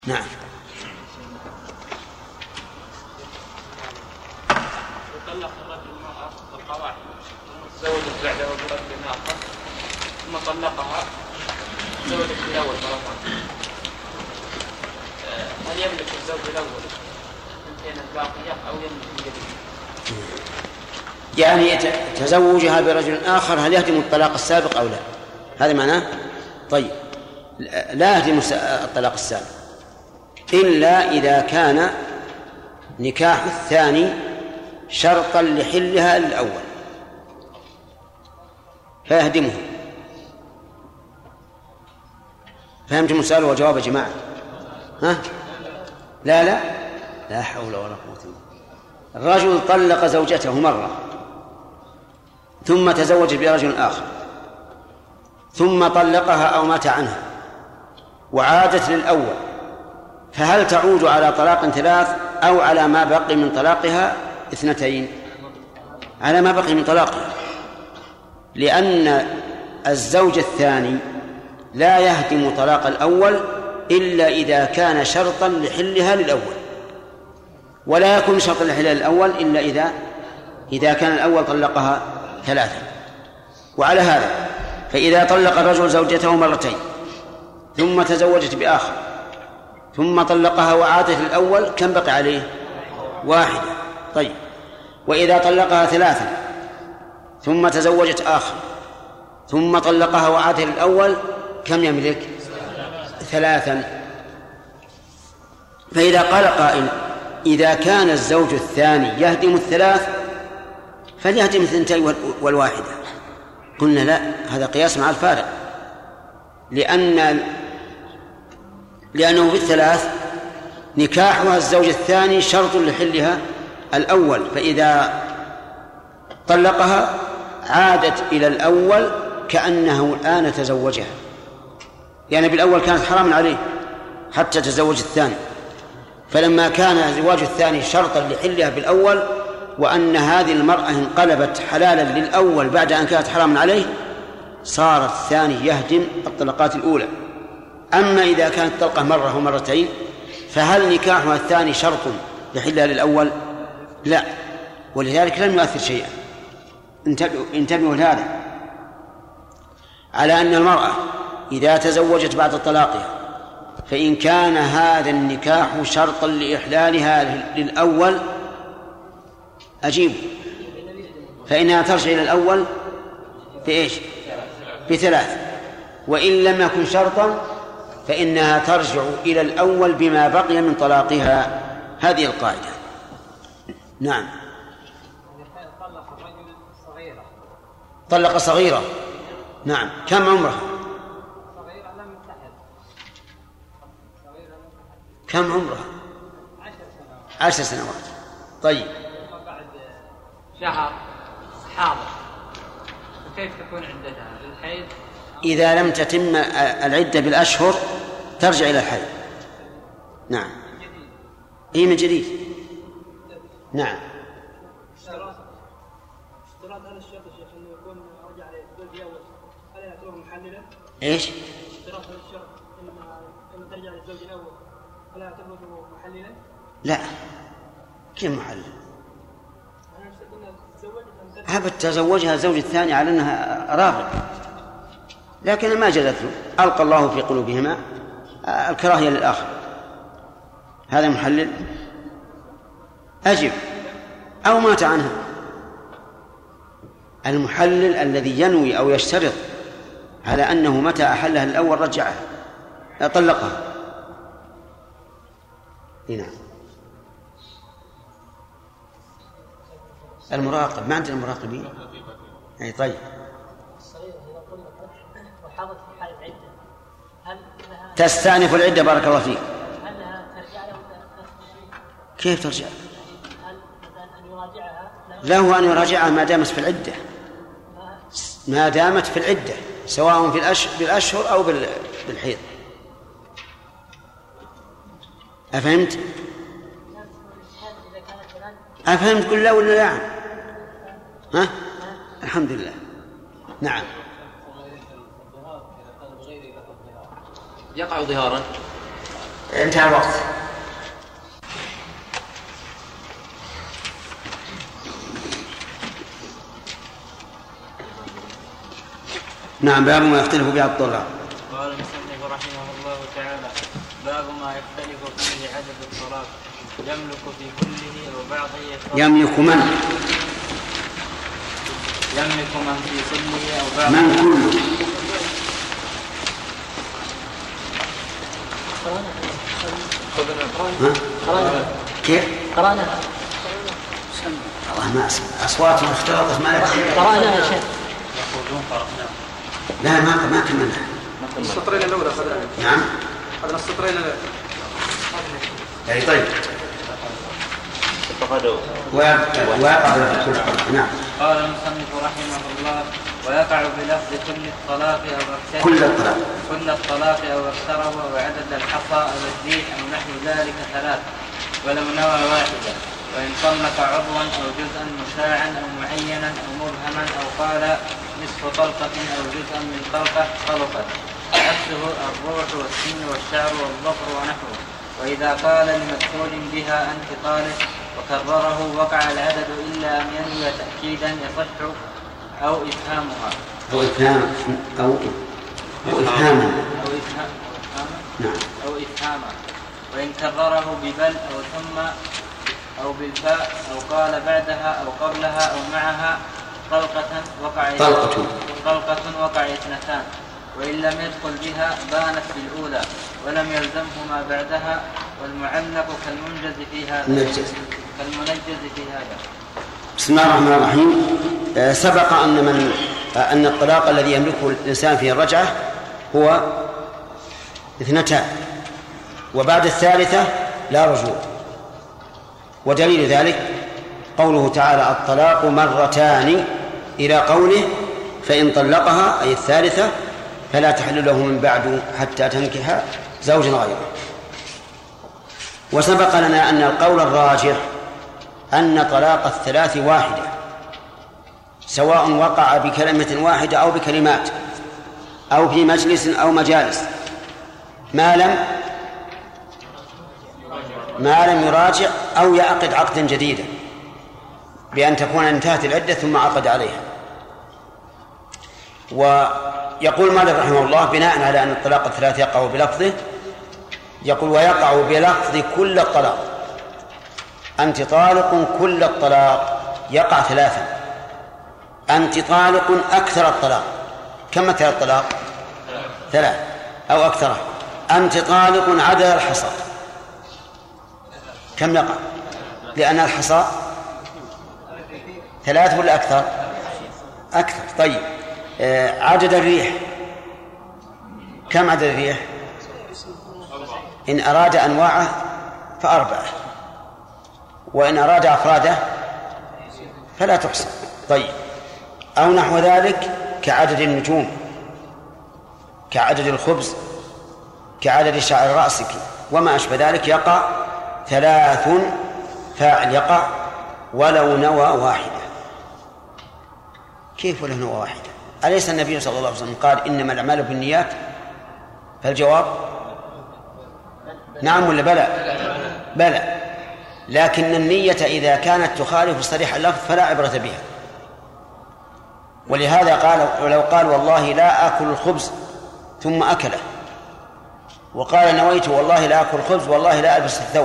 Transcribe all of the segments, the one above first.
نعم. يطلق الرجل المرأة طلقة واحدة ثم تزوجت بعده برجل آخر ثم طلقها تزوجت بالأول مرة. هل يملك الزوج الأول الثنتين الباقية أو يملك الجديد؟ يعني تزوجها برجل آخر هل يهدم الطلاق السابق أو لا؟ هذا معناه. طيب، لا يهدم الطلاق السابق إلا إذا كان نكاح الثاني شرطا لحلها الأول فيهدمه. فهمتم السؤال وجواب يا جماعة؟ ها؟ لا حول ولا قوة إلا بالله. الرجل طلق زوجته مرة ثم تزوج برجل آخر ثم طلقها أو مات عنها وعادت للأول، فهل تعود على طلاق ثلاث أو على ما بقي من طلاقها اثنتين؟ على ما بقي من طلاقها، لأن الزوج الثاني لا يهدم طلاق الأول إلا إذا كان شرطا لحلها للأول، ولا يكون شرطا لحلها للأول إلا إذا كان الأول طلقها ثلاثا. وعلى هذا فإذا طلق الرجل زوجته مرتين ثم تزوجت بآخر ثم طلقها وعادت للأول كم بقي عليه؟ واحدة. طيب، وإذا طلقها ثلاثا ثم تزوجت آخر ثم طلقها وعادت للأول كم يملك؟ ثلاثا. فإذا قال قائل إذا كان الزوج الثاني يهدم الثلاث فليهدم الثنتين والواحدة، قلنا لا، هذا قياس مع الفارق، لأنه في الثلاث نكاحها الزوج الثاني شرط لحلها الأول، فإذا طلقها عادت إلى الأول كأنه الآن تزوجها، يعني بالأول كانت حراما عليه حتى تزوج الثاني، فلما كان زواج الثاني شرطا لحلها بالأول وأن هذه المرأة انقلبت حلالا للأول بعد أن كانت حراما عليه صار الثاني يهدم الطلقات الأولى. أما إذا كانت طلقة مرة ومرتين فهل نكاحها الثاني شرط لحلها للأول؟ لا، ولذلك لم يؤثر شيئا. انتبهوا لهذا، على أن المرأة إذا تزوجت بعد طلاقها فإن كان هذا النكاح شرطا لإحلالها للأول أجيب، فإنها ترجع إلى الأول بإيش؟ بثلاث، وإن لم يكن شرطا فإنها ترجع إلى الأول بما بقي من طلاقها. هذه القاعدة. نعم. طلق صغيرة. نعم. كم عمرها؟ كم عمرها؟ 10 سنوات. طيب، شهر حاضر، كيف تكون عدتها للحيض؟ إذا لم تتم العدة بالأشهر ترجع إلى الحيض. نعم، هي من جديد. نعم. اشتراط هذا الشرط يا شيخ انه يكون رجع للزوج الاول، هل يعتبر محللا؟ ايش؟ اشتراط هذا الشرط ان ترجع للزوج الاول هل يعتبر محللا؟ لا، كيف محلل؟ هبت تزوجها الزوج الثاني على أنها راغب، لكن ما جدت له، ألقى الله في قلوبهما الكراهية للآخر، هذا محلل؟ أجب. أو مات عنها. المحلل الذي ينوي أو يشترط على أنه متى أحلها الأول رجعها طلقها. هنا المراقب، ما عندنا المراقبين. أي طيب. تستأنف العدة. بارك الله فيك. كيف ترجع؟ له أن يراجعها ما دامت في العدة، ما دامت في العدة، سواء في الأشهر أو بالحيض. أفهمت؟ أفهمت؟ قل لا ولا لا؟ ها؟ الحمد لله. نعم. يقع ظهارا. انتهى الوقت. نعم. باب ما يختلف به الطلاق. قال المصنف رحمه الله تعالى: باب ما يختلف فيه عدد الطلاق، يملك في كله أو بعضه. يملك من؟ يملك من في كله أو بعضه. من كله؟ كيف؟ قرأنا. والله ما أسمع أصواتهم اختلطت ما لك. قرأنا يا شيخ. لا ما كملنا. السطرين الأولى أخذنا. نعم. أخذنا السطرين الأولى. يعني طيب. ويقع نعم. قال المصنف رحمه الله: ويقع بلفظ كل الطلاق أو اقترب. كل الطلاق أو اقترب وعدد الحصى أو الزيح أو نحو ذلك 3 ولو نوى واحدة. وإن طلق عضوا أو جزءا مشاعا أو معينا أو مبهما أو قال نصف طلقة أو جزءا من طلقة طلقت، عكسه الروح والسن والشعر والظفر ونحوه. وإذا قال لمدخول بها أنت طالق وكرره وقع العدد إلا أن ينوي تأكيدا يصح أو إفهامها أو إفهاما. وإن كرره ببل أو ثم أو بالفاء أو قال بعدها أو قبلها أو معها طلقة وقع 2. وإن لم يدخل بها بانت بالأولى ولم يلزمه ما بعدها. والمعلق كالمنجز في هذا. بسم الله الرحمن الرحيم. سبق أن الطلاق الذي يملكه الإنسان فيه الرجعة هو 2، وبعد الثالثة لا رجوع. ودليل ذلك قوله تعالى: الطلاق 2 إلى قوله: فإن طلقها أي الثالثة فلا تحل له من بعد حتى تنكح زوجا غيره. وسبق لنا أن القول الراجح أن طلاق الثلاث واحدة، سواء وقع بكلمة واحدة أو بكلمات أو في مجلس أو مجالس، ما لم يراجع أو يعقد عقدا جديدا، بأن تكون انتهت العدة ثم عقد عليها. ويقول مالك رحمه الله بناء على أن الطلاق الثلاث يقع بلفظه، يقول: ويقع بلفظ كل الطلاق. أنت طالق كل الطلاق يقع 3. أنت طالق أكثر الطلاق. كم مثل الطلاق؟ 3 أو أكثره. أنت طالق عدد الحصى. كم يقع؟ لأن الحصى 3 ولا أكثر؟ أكثر. طيب، عدد الريح كم عدد الريح؟ إن أراد أنواعه ف4، وإن أراد أفراده فلا تحصى. طيب، أو نحو ذلك كعدد النجوم، كعدد الخبز، كعدد شعر رأسك وما أشبه ذلك. يقع 3 فاعل يقع ولو نوى واحدة. كيف ولو نوى واحدة؟ أليس النبي صلى الله عليه وسلم قال: إنما الأعمال بالنيات؟ فالجواب نعم ولا بلى. لكن النية إذا كانت تخالف صريح اللفظ فلا عبرة بها. ولهذا قال: ولو قال والله لا آكل الخبز ثم أكله، وقال نويت والله لا آكل الخبز والله لا ألبس الثوب،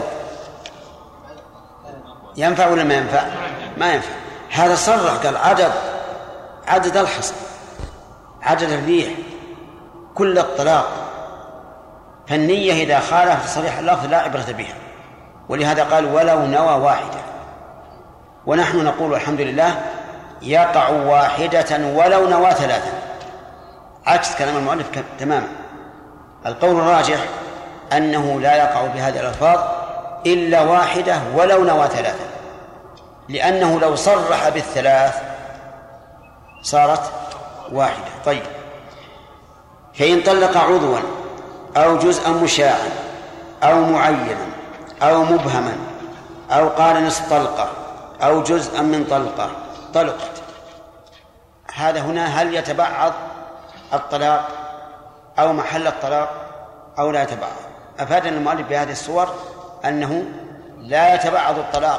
ينفع ولا ما ينفع؟ ما ينفع. هذا صرح قال عدد الحصى، عدد الريح، كل الطلاق. فالنية إذا خالفت صريح اللفظ لا عبرة بها. ولهذا قال: ولو نوى واحدة. ونحن نقول الحمد لله يقع 1 ولو نوى 3، عكس كلام المؤلف تماما. القول الراجح أنه لا يقع بهذه الألفاظ إلا 1 ولو نوى 3، لأنه لو صرح بال3 صارت 1. طيب، فإن طلق عضوا أو جزءا مشاعا أو معينا أو مبهما أو قال نصف طلقة أو جزءا من طلقة طلقت، هذا هنا هل يتبعض الطلاق أو محل الطلاق أو لا يتبعض؟ أفادنا المؤلف بهذه الصور أنه لا يتبعض الطلاق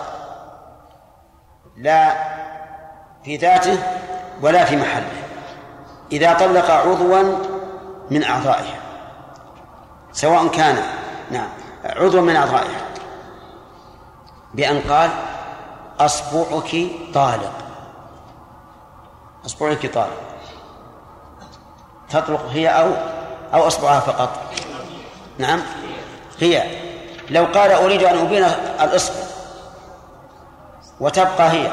لا في ذاته ولا في محله إذا طلق عضوا من أعضائه، سواء كان عضوا من أعضائه بأن قال أصبعك طالق، أصبعك طالق، تطلق هي أو أصبعها فقط؟ نعم هي. لو قال أريد أن أبين الإصبع وتبقى هي،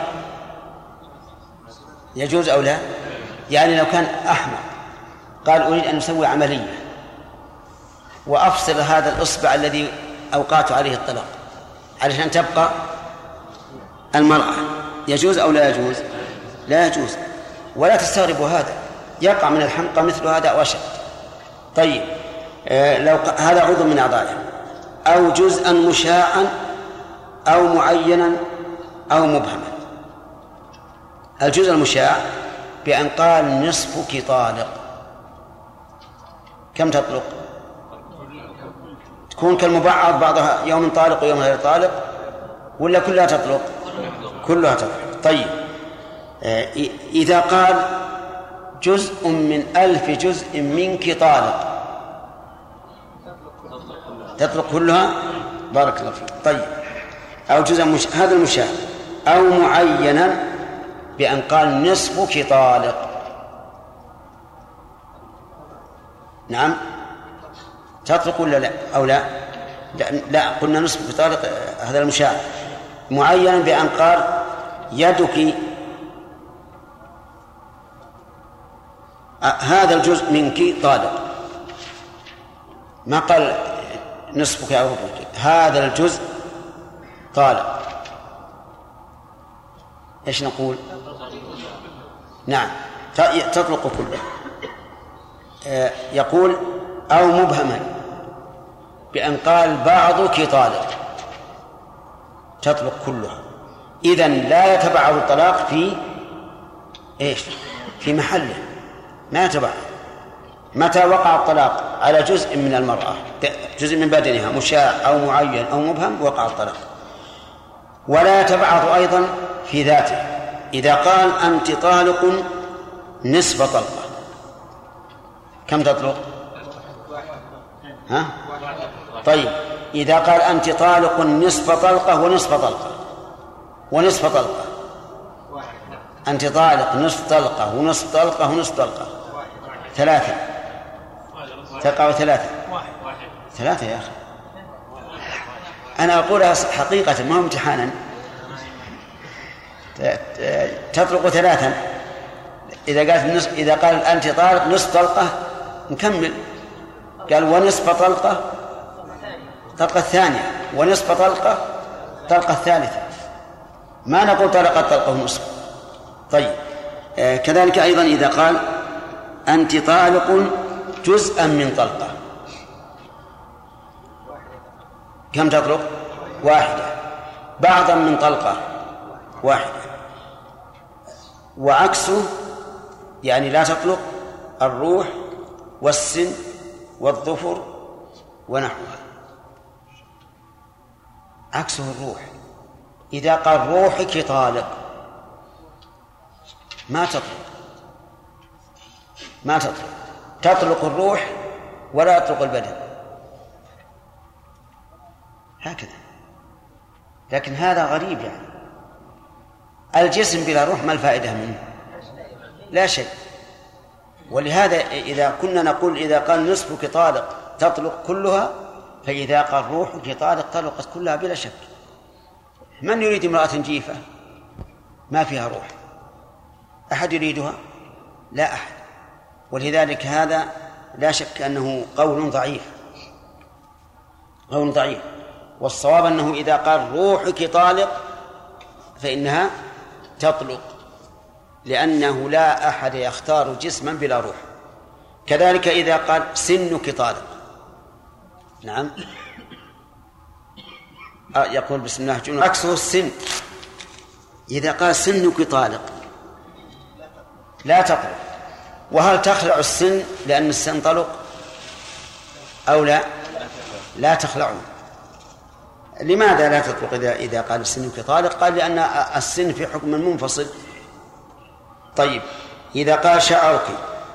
يجوز أو لا؟ يعني لو كان أحمق قال أريد أن أسوي عملية وأفصل هذا الإصبع الذي أوقعت عليه الطلاق علشان تبقى المرأة، يجوز أو لا يجوز؟ لا يجوز. ولا تستغربوا هذا، يقع من الحمقى مثل هذا وأشد. طيب لو هذا عضو من أعضائه أو جزءا مشاعا أو معينا أو مبهما. الجزء المشاع بأن قال نصفك طالق، كم تطلق؟ تكون كالمبعض، بعضها يوم طالق ويوم غير طالق، ولا كلها تطلق؟ كلها تطلق. طيب إذا قال جزء من 1000 جزء منك طالق، تطلق كلها؟ بارك الله فيك. طيب أو جزء هذا المشاع أو معينا بأن قال نصفك طالق، نعم تطلق ولا لا أو لا؟ لا قلنا نصفك طالق هذا المشاع. معينا بأن قال يدك هذا الجزء منك طالق، ما قال نصفك أو ربعك، هذا الجزء طالق، إيش نقول؟ نعم تطلق كله. يقول أو مبهما بأن قال بعضك طالق، تطلق كلها. إذن لا يتبعض الطلاق في إيش؟ في محله، ما يتبعض. متى وقع الطلاق على جزء من المرأة، جزء من بدنها مشاع أو معين أو مبهم، وقع الطلاق. ولا يتبعض أيضا في ذاته. إذا قال أنت طالق نصف طلقة، كم تطلق؟ ها؟ طيب إذا قال أنت طالق نصف طلقة ونصف طلقة ونصف طلقة، أنت طالق نصف طلقة ونصف طلقة ونصف طلقة، ثلاثة، تقع ثلاثة يا أخي. أنا أقولها حقيقة ما هو امتحانا. تطلق ثلاثا. إذا قال أنت طالق نصف طلقة نكمل، قال ونصف طلقة، طلقة الثانية، ونصف طلقة، طلقة الثالثة، ما نقول طلقة ونصف. طيب كذلك أيضا إذا قال أنت طالق جزءا من طلقة، كم تطلق؟ واحدة. بعضا من طلقة، واحدة. وعكسه يعني لا تطلق الروح والسن والظفر ونحوها. عكسه الروح، إذا قال روحك طالق ما تطلق، تطلق الروح ولا تطلق البدن، هكذا. لكن هذا غريب، يعني الجسم بلا روح ما الفائدة منه؟ لا شيء. ولهذا إذا كنا نقول إذا قال نصفك طالق تطلق كلها، فإذا قال روحك طالق طلقت كلها بلا شك. من يريد امرأة جيفة ما فيها روح؟ أحد يريدها؟ لا أحد. ولذلك هذا لا شك أنه قول ضعيف، قول ضعيف. والصواب أنه إذا قال روحك طالق فإنها تطلق، لأنه لا أحد يختار جسما بلا روح. كذلك إذا قال سنك طالق، نعم يقول بسم الله جنة، عكسه السن. إذا قال سنك طالق لا تطلق. وهل تخلع السن لأن السن طلق أو لا؟ لا تخلعوا. لماذا لا تطلق إذا قال السن طالق؟ قال لأن السن في حكم منفصل. طيب إذا قال شعرك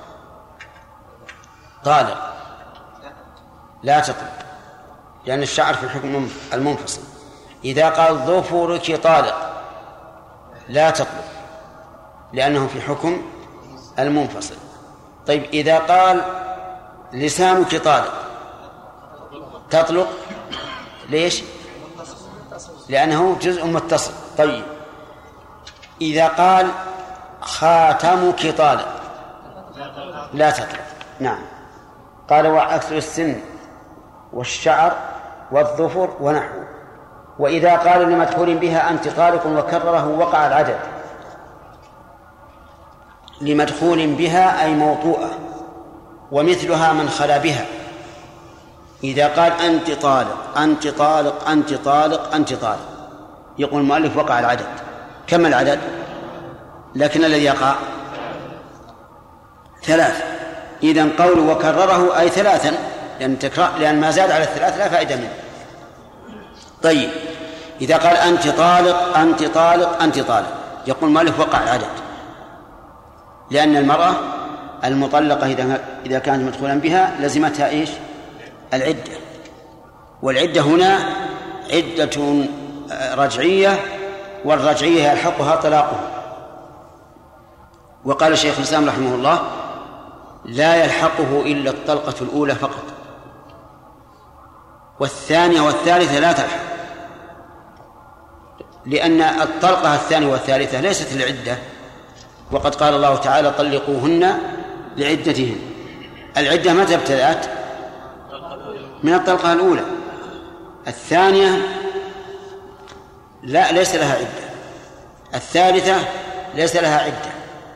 طالق لا تطلق لأن الشعر في الحكم المنفصل. إذا قال ظفرك طالق لا تطلق لأنه في حكم المنفصل. طيب إذا قال لسانك طالق تطلق. ليش؟ لأنه جزء متصل. طيب إذا قال خاتمك طالق لا تطلق. نعم. قال وأكثر السن والشعر والظفر ونحوه. وإذا قال لمدخول بها أنت طالق وكرره وقع العدد. لمدخول بها أي موطوءة، ومثلها من خلا بها. إذا قال أنت طالق أنت طالق أنت طالق أنت طالق يقول المؤلف وقع العدد. كم العدد؟ لكن الذي يقع 3. إذن قول وكرره أي 3 لأن ما زاد على 3 لا فائدة منه. طيب إذا قال أنت طالق أنت طالق أنت طالق يقول المؤلف وقع العدد، لأن المرأة المطلقة إذا كانت مدخولا بها لزمتها إيش؟ العدة. والعدة هنا عدة رجعية، والرجعية يلحقها طلاقه. وقال الشيخ الإسلام رحمه الله لا يلحقه إلا الطلقة الأولى فقط، والثانية والثالثة لا تلحق، لأن الطلقة الثانية والثالثة ليست للعدة، وقد قال الله تعالى طلقوهن لعدتهن. العدة متى ابتدأت؟ من الطلقة الأولى. الثانية لا ليس لها عدة، الثالثة ليس لها عدة.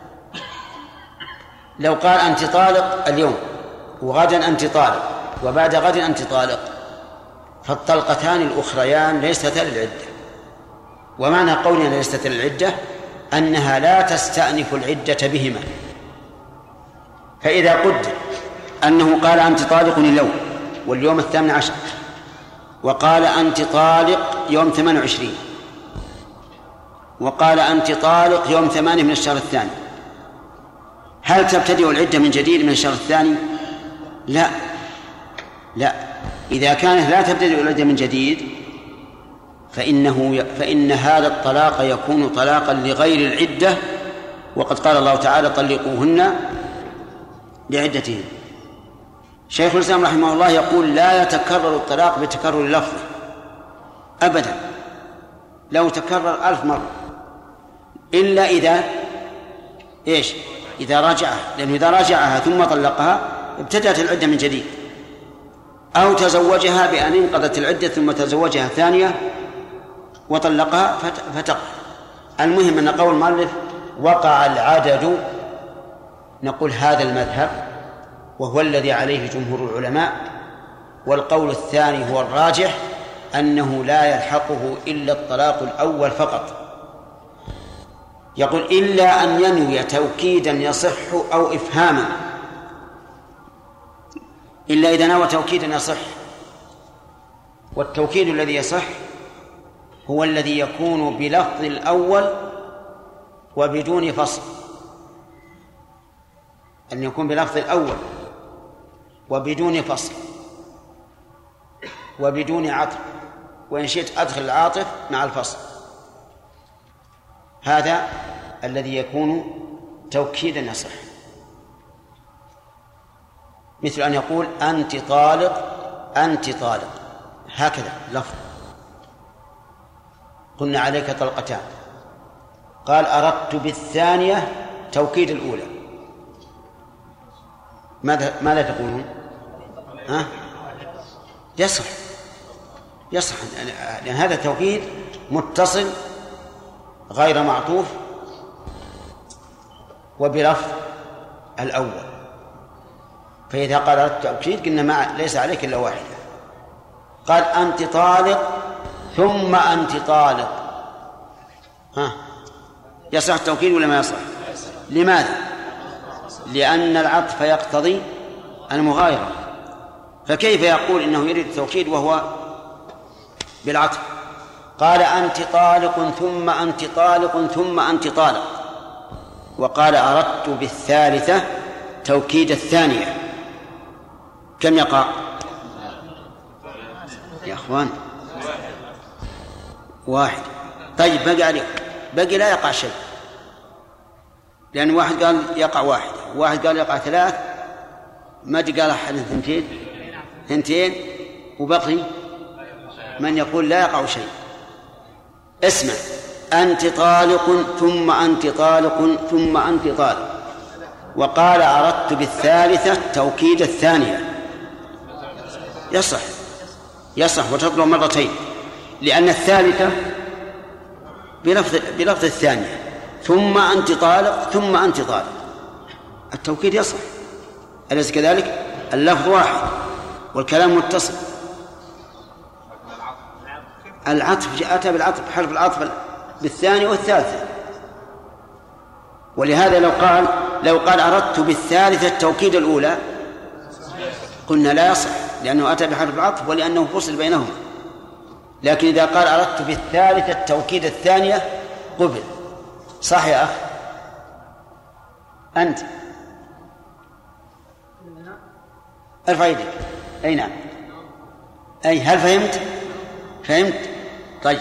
لو قال أنت طالق اليوم وغدا أنت طالق وبعد غد أنت طالق فالطلقتان الأخريان ليست للعدة. ومعنى قولنا ليست للعدة أنها لا تستأنف العدة بهما. فإذا قلت أنه قال أنت طالق اليوم واليوم 18 وقال أنت طالق يوم 28 وقال أنت طالق يوم 8 من الشهر الثاني، هل تبتدئ العدة من جديد من الشهر الثاني؟ لا. إذا كانت لا تبتدئ العدة من جديد فإن هذا الطلاق يكون طلاقا لغير العدة، وقد قال الله تعالى طلقوهن لعدتهن. شيخ الإسلام رحمه الله يقول لا يتكرر الطلاق بتكرر لفظه أبدا، لو تكرر 1000 مرة، إلا إذا راجعها، لأنه إذا راجعها ثم طلقها ابتدأت العدة من جديد، أو تزوجها بأن انقضت العدة ثم تزوجها ثانية وطلقها فتقع. المهم أن قول المؤلف وقع العدد، نقول هذا المذهب وهو الذي عليه جمهور العلماء، والقول الثاني هو الراجح أنه لا يلحقه إلا الطلاق الأول فقط. يقول إلا أن ينوي توكيدا يصح أو إفهاما، إلا إذا نوى توكيدا يصح. والتوكيد الذي يصح هو الذي يكون بلفظ الأول وبدون فصل، أن يكون بلفظ الأول وبدون فصل وبدون عطف، وإن شئت أدخل العاطف مع الفصل، هذا الذي يكون توكيدا يصح. مثل أن يقول أنت طالق أنت طالق، هكذا لفظ. قلنا عليك طلقتان، قال أردت بالثانية توكيد الأولى، ماذا تقولون؟ يصح لأن هذا توكيد متصل غير معطوف وبلفظ الأول. فإذا قال التوكيد قلنا ليس عليك إلا واحدة. قال أنت طالق ثم أنت طالق، يصح التوكيد ولا ما يصح؟ لماذا؟ لأن العطف يقتضي المغايرة، فكيف يقول إنه يريد التوكيد وهو بالعطف؟ قال أنت طالق ثم أنت طالق ثم أنت طالق، وقال أردت بالثالثة توكيد الثانية، كم يقع يا أخوان؟ واحد. طيب بقي عليك، بقي لا يقع شيء، لأن واحد قال يقع واحد، واحد قال يقع ثلاث، ما قال أحد ثنتين، وبقي من يقول لا يقع شيء. اسمع، أنت طالق ثم أنت طالق ثم أنت طالق، وقال أردت بالثالثة توكيد الثانية، يصح وتطلع مرتين، لأن الثالثة بلفظ الثانية، ثم أنت طالق ثم أنت طالق، التوكيد يصح، أليس كذلك؟ اللفظ واحد والكلام متصل. العطف أتى بالعطف، حرف العطف بالثاني والثالثة. ولهذا لو قال أردت بالثالثة التوكيد الأولى قلنا لا يصح، لأنه أتى بحرف العطف ولأنه فصل بينهما. لكن إذا قال أردت بالثالثة التوكيد الثانية قبل. صح يا أخ؟ أنت ارفع يدك. أي نعم. أي هل فهمت؟ طيب.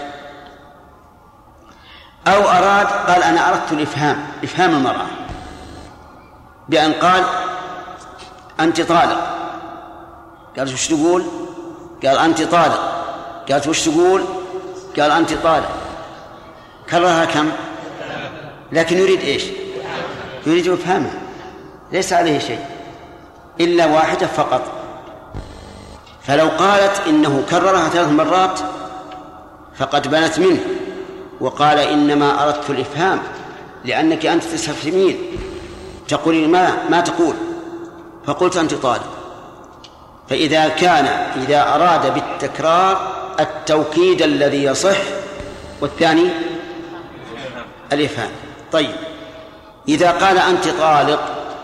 أو أراد، قال أنا أردت إفهام المرأة بأن قال أنت طالق، قالت وش تقول؟ قال أنت طالق، قالت وش تقول؟ قال أنت طالق، كررها كم؟ لكن يريد إيش؟ يريد إفهامها، ليس عليه شيء إلا واحدة فقط. فلو قالت إنه كررها 3 مرات فقد بنت منه، وقال إنما أردت الإفهام لأنك أنت تستفهمين، تقولين ما تقول، فقلت أنت طالق. إذا أراد بالتكرار التوكيد الذي يصح، والثاني الإفهام. طيب، إذا قال أنت طالق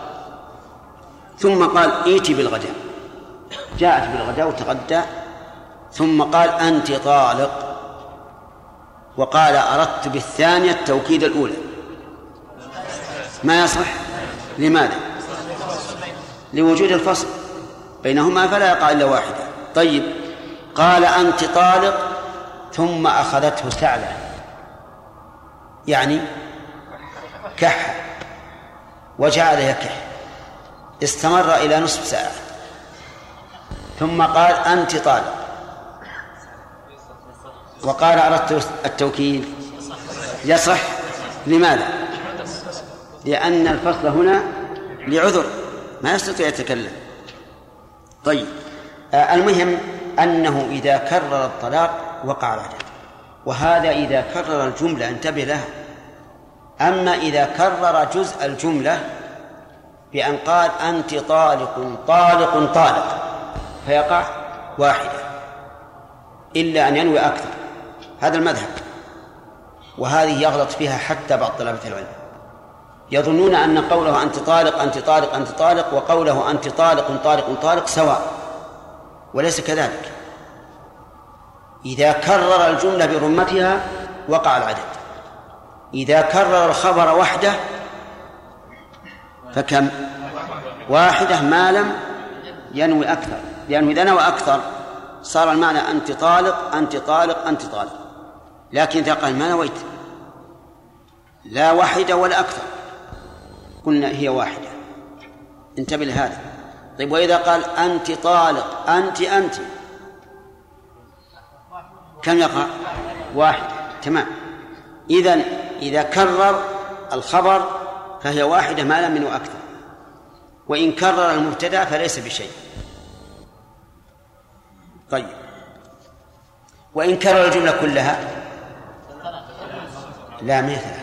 ثم قال ائتي بالغداء، جاءت بالغداء وتغدى، ثم قال أنت طالق، وقال أردت بالثانية التوكيد الأولى، ما يصح. لماذا؟ لوجود الفصل بينهما فلا يقع إلا واحدة. طيب، قال أنت طالق ثم أخذته سعلة، يعني كح وجعل يكح، استمر إلى نصف ساعة، ثم قال أنت طالق، وقال أردت التوكيد، يصح. لماذا؟ لأن الفصل هنا لعذر ما يستطيع يتكلم. طيب، المهم أنه إذا كرر الطلاق وقع العدد، وهذا إذا كرر الجملة، انتبه لها. أما إذا كرر جزء الجملة بأن قال أنت طالق طالق طالق فيقع واحدة، إلا أن ينوي أكثر، هذا المذهب. وهذه يغلط فيها حتى بعض طلبة العلم، يظنون أن قوله أنت طالق أنت طالق أنت طالق وقوله أنت طالق طالق طالق سواء، وليس كذلك. إذا كرر الجملة برمتها وقع العدد، إذا كرر الخبر وحده فكم؟ واحدة، ما لم ينوي أكثر، لأنه إذا نوى أكثر صار المعنى أنت طالق أنت طالق أنت طالق. لكن إذا قال ما نويت لا واحدة ولا أكثر قلنا هي واحدة، انتبه لهذا. طيب، وإذا قال أنت طالق أنت كم يقع؟ واحد، تمام. إذا كرر الخبر فهي واحدة ما لم ينوي أكثر، وإن كرر المبتدأ فليس بشيء. طيب، وإن كرر الجملة كلها لا مثل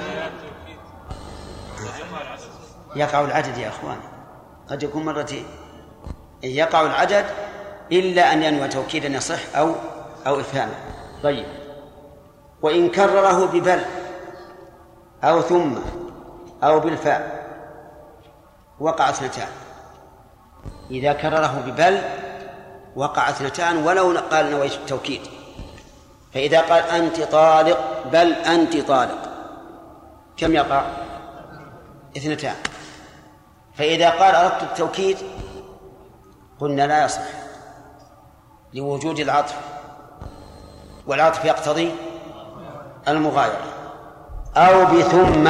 يقع العدد يا أخوان، قد يكون مرتين يقع العدد إلا أن ينوى توكيدا يصح أو إفهاما. طيب، وإن كرره ببل أو ثم أو بالفاء وقع 2. إذا كرره ببل وقع اثنتان ولو قال نويت التوكيد. فإذا قال أنت طالق بل أنت طالق كم يقع؟ اثنتان. فإذا قال أردت التوكيد قلنا لا يصح لوجود العطف، والعطف يقتضي المغايرة. أو بثم،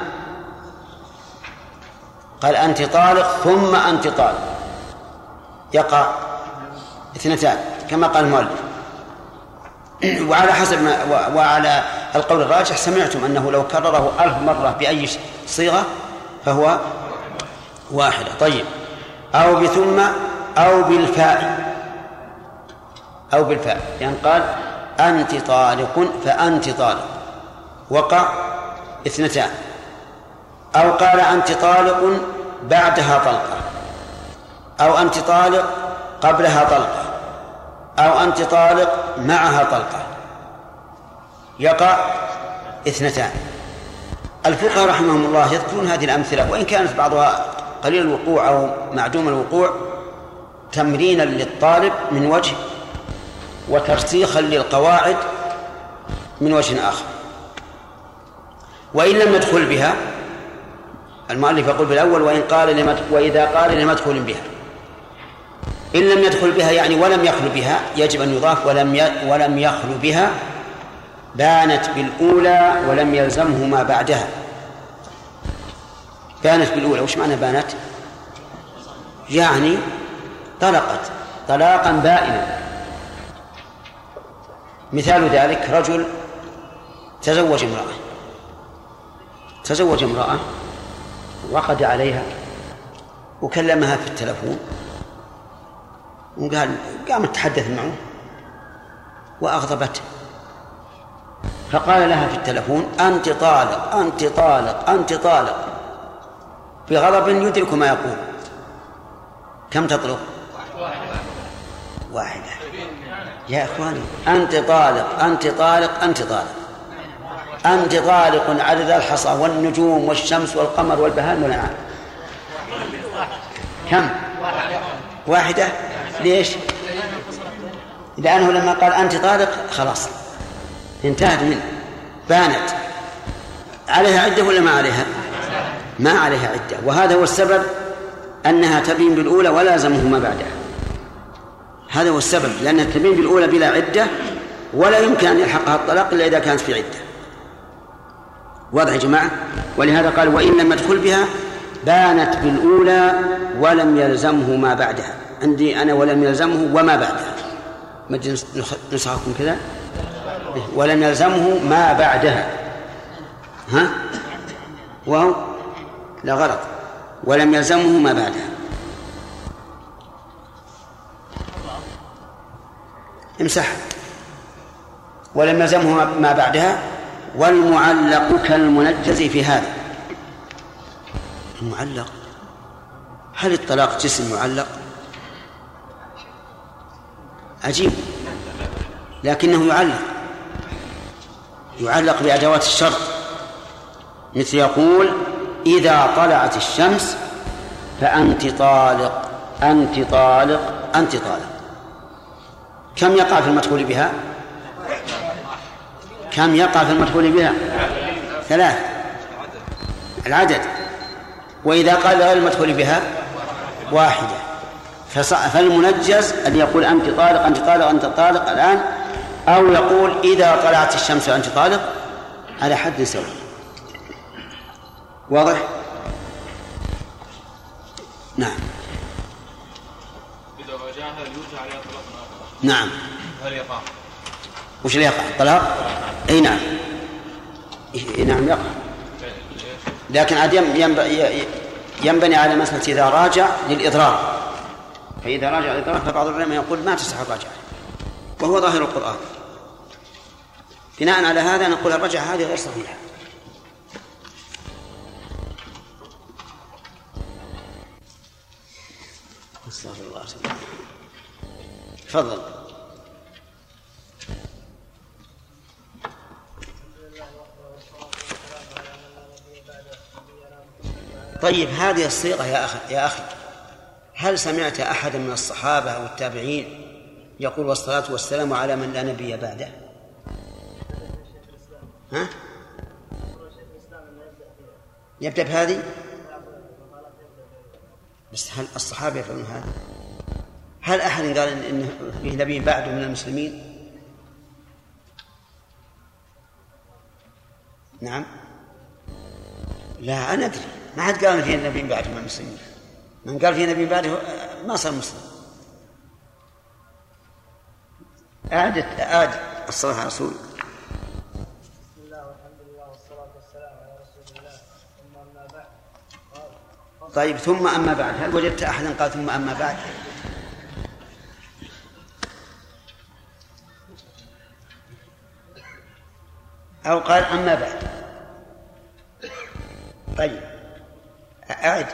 قال أنت طالق ثم أنت طالق يقع اثنتان كما قال المؤلف. وعلى حسب وعلى القول الراجح سمعتم أنه لو كرره 1000 مرة بأي صيغة فهو واحدة. طيب، أو بثم أو بالفاء، أو بالفاء يعني قال أنت طالق فأنت طالق وقع اثنتان. أو قال أنت طالق بعدها طلقة، أو أنت طالق قبلها طلقة، أو أنت طالق معها طلقة يقع اثنتان. الفقهاء رحمهم الله يذكرون هذه الأمثلة وإن كانت بعضها قليل الوقوع أو معدوم الوقوع تمرينا للطالب من وجه وترسيخا للقواعد من وجه آخر. وإن لم يدخل بها المؤلف يقول بالأول وإذا قال لم يدخل بها. إن لم يدخل بها يعني ولم يخل بها يجب أن يضاف ولم يخل بها بانت بالأولى ولم يلزمه ما بعدها. بانت بالأولى وش معنى بانت؟ يعني طلقت طلاقا بائنا. مثال ذلك رجل تزوج امرأة وعقد عليها وكلمها في التلفون وقال قامت تتحدث معه وأغضبته، فقال لها في التلفون أنت طالق أنت طالق أنت طالق بغضب يدرك ما يقول. كم تطلق؟ واحدة. يا إخواني أنت طالق أنت طالق أنت طالق أنت طالق عدد الحصى والنجوم والشمس والقمر والبهائم والأنعام. كم؟ واحدة. ليش؟ لأنه لما قال أنت طالق خلاص انتهت منه، بانت. عليها عدة ولا ما عليها؟ ما عليها عدة، وهذا هو السبب أنها تبين بالأولى ولا يلزمه ما بعدها. هذا هو السبب، لأنها تبين بالأولى بلا عدة ولا يمكن أن يلحقها الطلاق إلا إذا كانت في عدة. واضح يا جماعة؟ ولهذا قال وإن لم يدخل بها بانت بالأولى ولم يلزمه ما بعدها. عندي أنا ولم يلزمه وما بعدها، مجلس نسخكم كذا ولم يلزمه ما بعدها. ها؟ واو لا غلط، ولم يلزمه ما بعدها. امسح ولم يلزمه ما بعدها. والمعلق كالمنجز في هذا. المعلق، هل الطلاق جسم معلق؟ عجيب، لكنه يعلق بأدوات الشرط، مثل يقول إذا طلعت الشمس فأنت طالق أنت طالق أنت طالق. كم يقع في المدخول بها؟ كم يقع في المدخول بها؟ 3 العدد. وإذا قال غير المدخول بها 1. فالمنجز أن يقول أنت طالق أنت طالق أنت طالق الآن، أو يقول إذا طلعت الشمس أنت طالق، على حد سواء. واضح؟ نعم. إذا واجهها يوجه عليها طلاق آخر. نعم. هل يقع؟ وش اللي يقع؟ الطلاق؟ أي نعم. نعم يقع، لكن عاد ينبني على مسألة إذا راجع للإضرار. فإذا راجع للإضرار فبعض العلماء يقول ما تصح الرجعة، وهو ظاهر القرآن. بناء على هذا نقول الرجعة هذه غير صحيحة. استغفر الله. تفضل. طيب هذه الصيغة يا أخي هل سمعت أحدا من الصحابة أو التابعين يقول والصلاة والسلام على من لا نبي بعده. ها؟ يبدأ بهذه؟ بس هل الصحابة يفعلون هذا؟ هل أحد قال إن فيه نبي بعده من المسلمين؟ نعم. لا أنا أدري، ما حد قال فيه نبي بعده من المسلمين. من قال فيه نبي بعده ما صار مسلم. أعد الصلاة على رسول. بسم الله والحمد لله والصلاة والسلام على رسول الله ثم أما بعد. طيب ثم أما بعد، هل وجدت أحدا قال ثم أما بعد؟ أو قال أما بعد؟ طيب أعد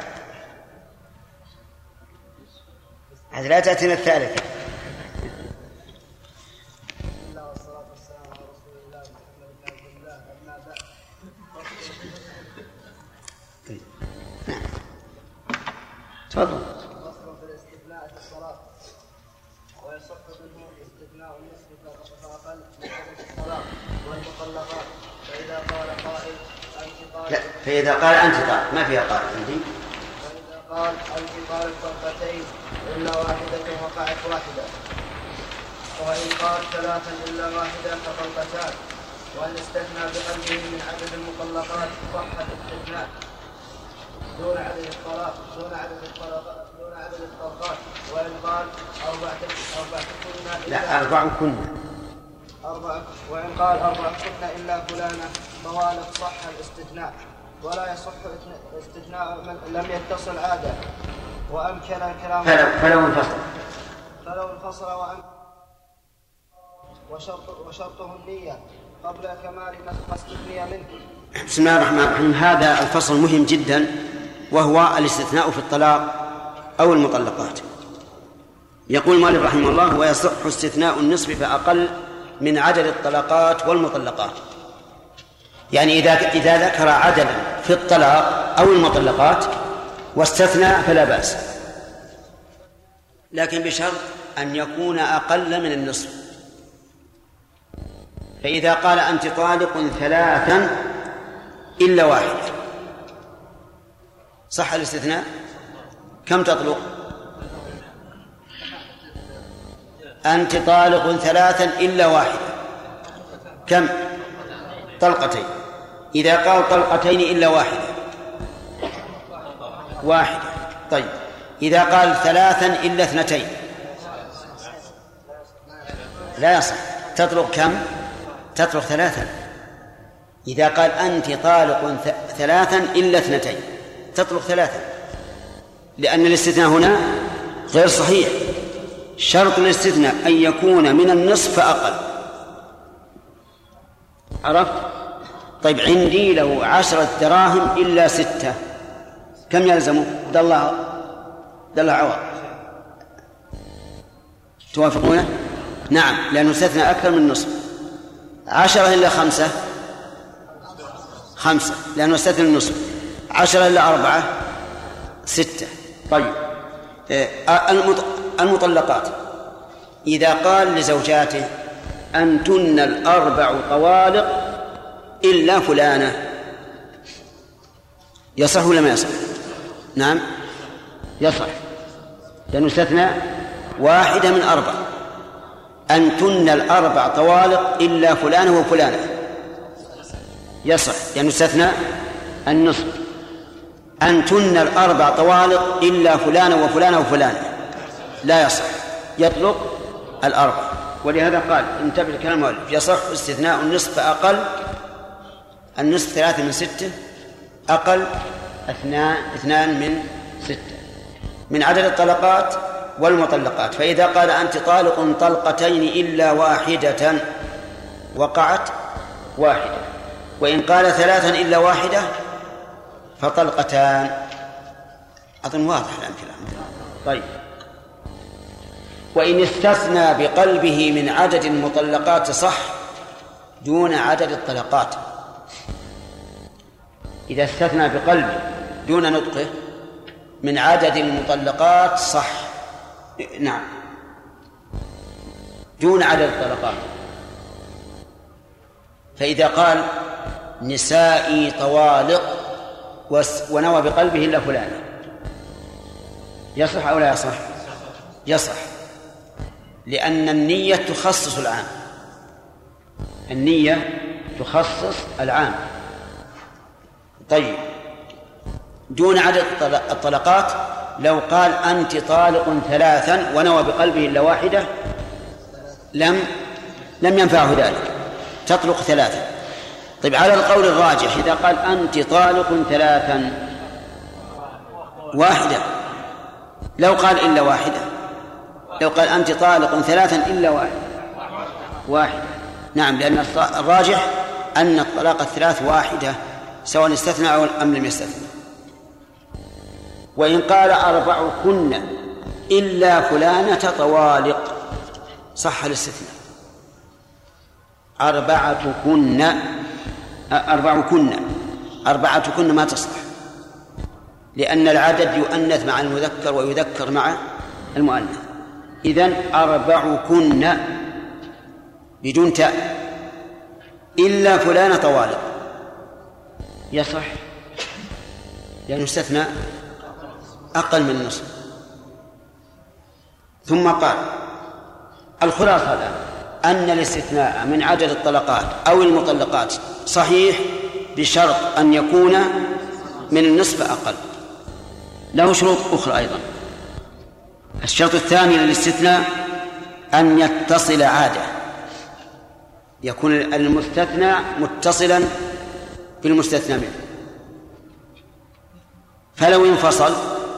لا تأتينا الثالثة. تفضل. فصل في الاستثناء في الصلاة ويصح منه استثناء النصف فأقل من الصلاة والمطلقات. فإذا قال قائل أنت طالق. لا، فإذا قال أنت طالق ما فيها قائل عندي. فإذا قال أنت طالق طلقتين إلا واحدة وقعت واحدة. وإن قال ثلاثا إلا واحدة فطلقتان. وإن استثنى بقلبه من عدد المطلقات صح الاستثناء دون عدد الطلاق دون عدد الطلقات. وإن قال أربع كنا لا أربع كنا وإن قال أربع كنا إلا فلانة طوالق صح الاستثناء. ولا يصح استثناء من لم يتصل عادة وأمكن الكلام فلو انفصل وشرطه النية قبل كمال ما استثني منه. بسم الله الرحمن الرحيم. هذا الفصل مهم جدا، وهو الاستثناء في الطلاق أو المطلقات. يقول المؤلف رحمه الله ويصح استثناء النصف فأقل من عدد الطلقات والمطلقات. يعني إذا ذكر عددا في الطلاق أو المطلقات واستثنى فلا بأس، لكن بشرط أن يكون أقل من النصف. فإذا قال أنت طالق ثلاثا إلا واحدة صح الاستثناء. كم تطلق؟ أنت طالق ثلاثا إلا واحدة كم؟ طلقتين. إذا قال طلقتين إلا واحدة. طيب إذا قال ثلاثا إلا اثنتين لا يصح. تطلق كم؟ تطلق ثلاثا. إذا قال أنت طالق ثلاثا إلا اثنتين تطلق ثلاثا، لأن الاستثناء هنا غير صحيح. شرط الاستثناء أن يكون من النصف فأقل. عرفت؟ طيب عندي له 10 دراهم إلا 6 كم يلزمه؟ دل الله عوض. توافقونه؟ نعم، لأنه استثنى أكثر من النصف. 10 إلا 5 لأنه استثنى النصف. 10 إلا 4 6. طيب المطلقات إذا قال لزوجاته أنتن الأربع طوالق إلا فلانة يصح ولا ما يصح؟ نعم يصح، لأنه استثنى واحدة من 4. أنتن الأربع طوالق إلا فلانة وفلانة يصح، لأنه استثنى النصف. أنتن الأربع طوالق إلا فلانة وفلانة وفلانة لا يصح، يطلق الأربع. ولهذا قال انتبه لكلام المؤلف يصح استثناء النصف فأقل. النصف 3 من 6 أقل 2 من 6 من عدد الطلقات والمطلقات. فإذا قال أنت طالق طلقتين إلا واحدة وقعت واحدة. وإن قال 3 إلا واحدة فطلقتان. أظن واضح الأمثلة. طيب وإن استثنى بقلبه من عدد المطلقات صح دون عدد الطلقات. إذا استثنى بقلبه دون نطقه من عدد المطلقات صح. نعم دون عدد الطلقات. فإذا قال نسائي طوالق ونوى بقلبه إلا فلانة، يصح أو لا يصح؟ يصح، لأن النية تخصص العام، النية تخصص العام. طيب، دون عدد الطلقات لو قال أنت طالق 3 ونوى بقلبه إلا واحدة لم ينفعه ذلك، تطلق 3. طيب، على القول الراجح إذا قال أنت طالق 3 واحدة، لو قال إلا واحدة، لو قال أنت طالق 3 إلا واحدة، نعم، لأن الراجح أن الطلاق 3 واحدة سواء استثنى أو أم لم يستثنى. وإن قال 4 إلا فلانة طوالق صح الاستثناء. 4 كن ما تصلح، لأن العدد يؤنث مع المذكر ويذكر مع المؤنث. إذن 4 كن بدون تاء إلا فلانة طوالق يصح، لأنه استثنى أقل من النصف. ثم قال الخلاصة الآن أن الاستثناء من عدد الطلقات أو المطلقات صحيح بشرط أن يكون من النصف أقل. له شروط أخرى أيضا. الشرط الثاني للاستثناء أن يتصل عادة، يكون المستثنى متصلا بالمستثنى منه، فلو انفصل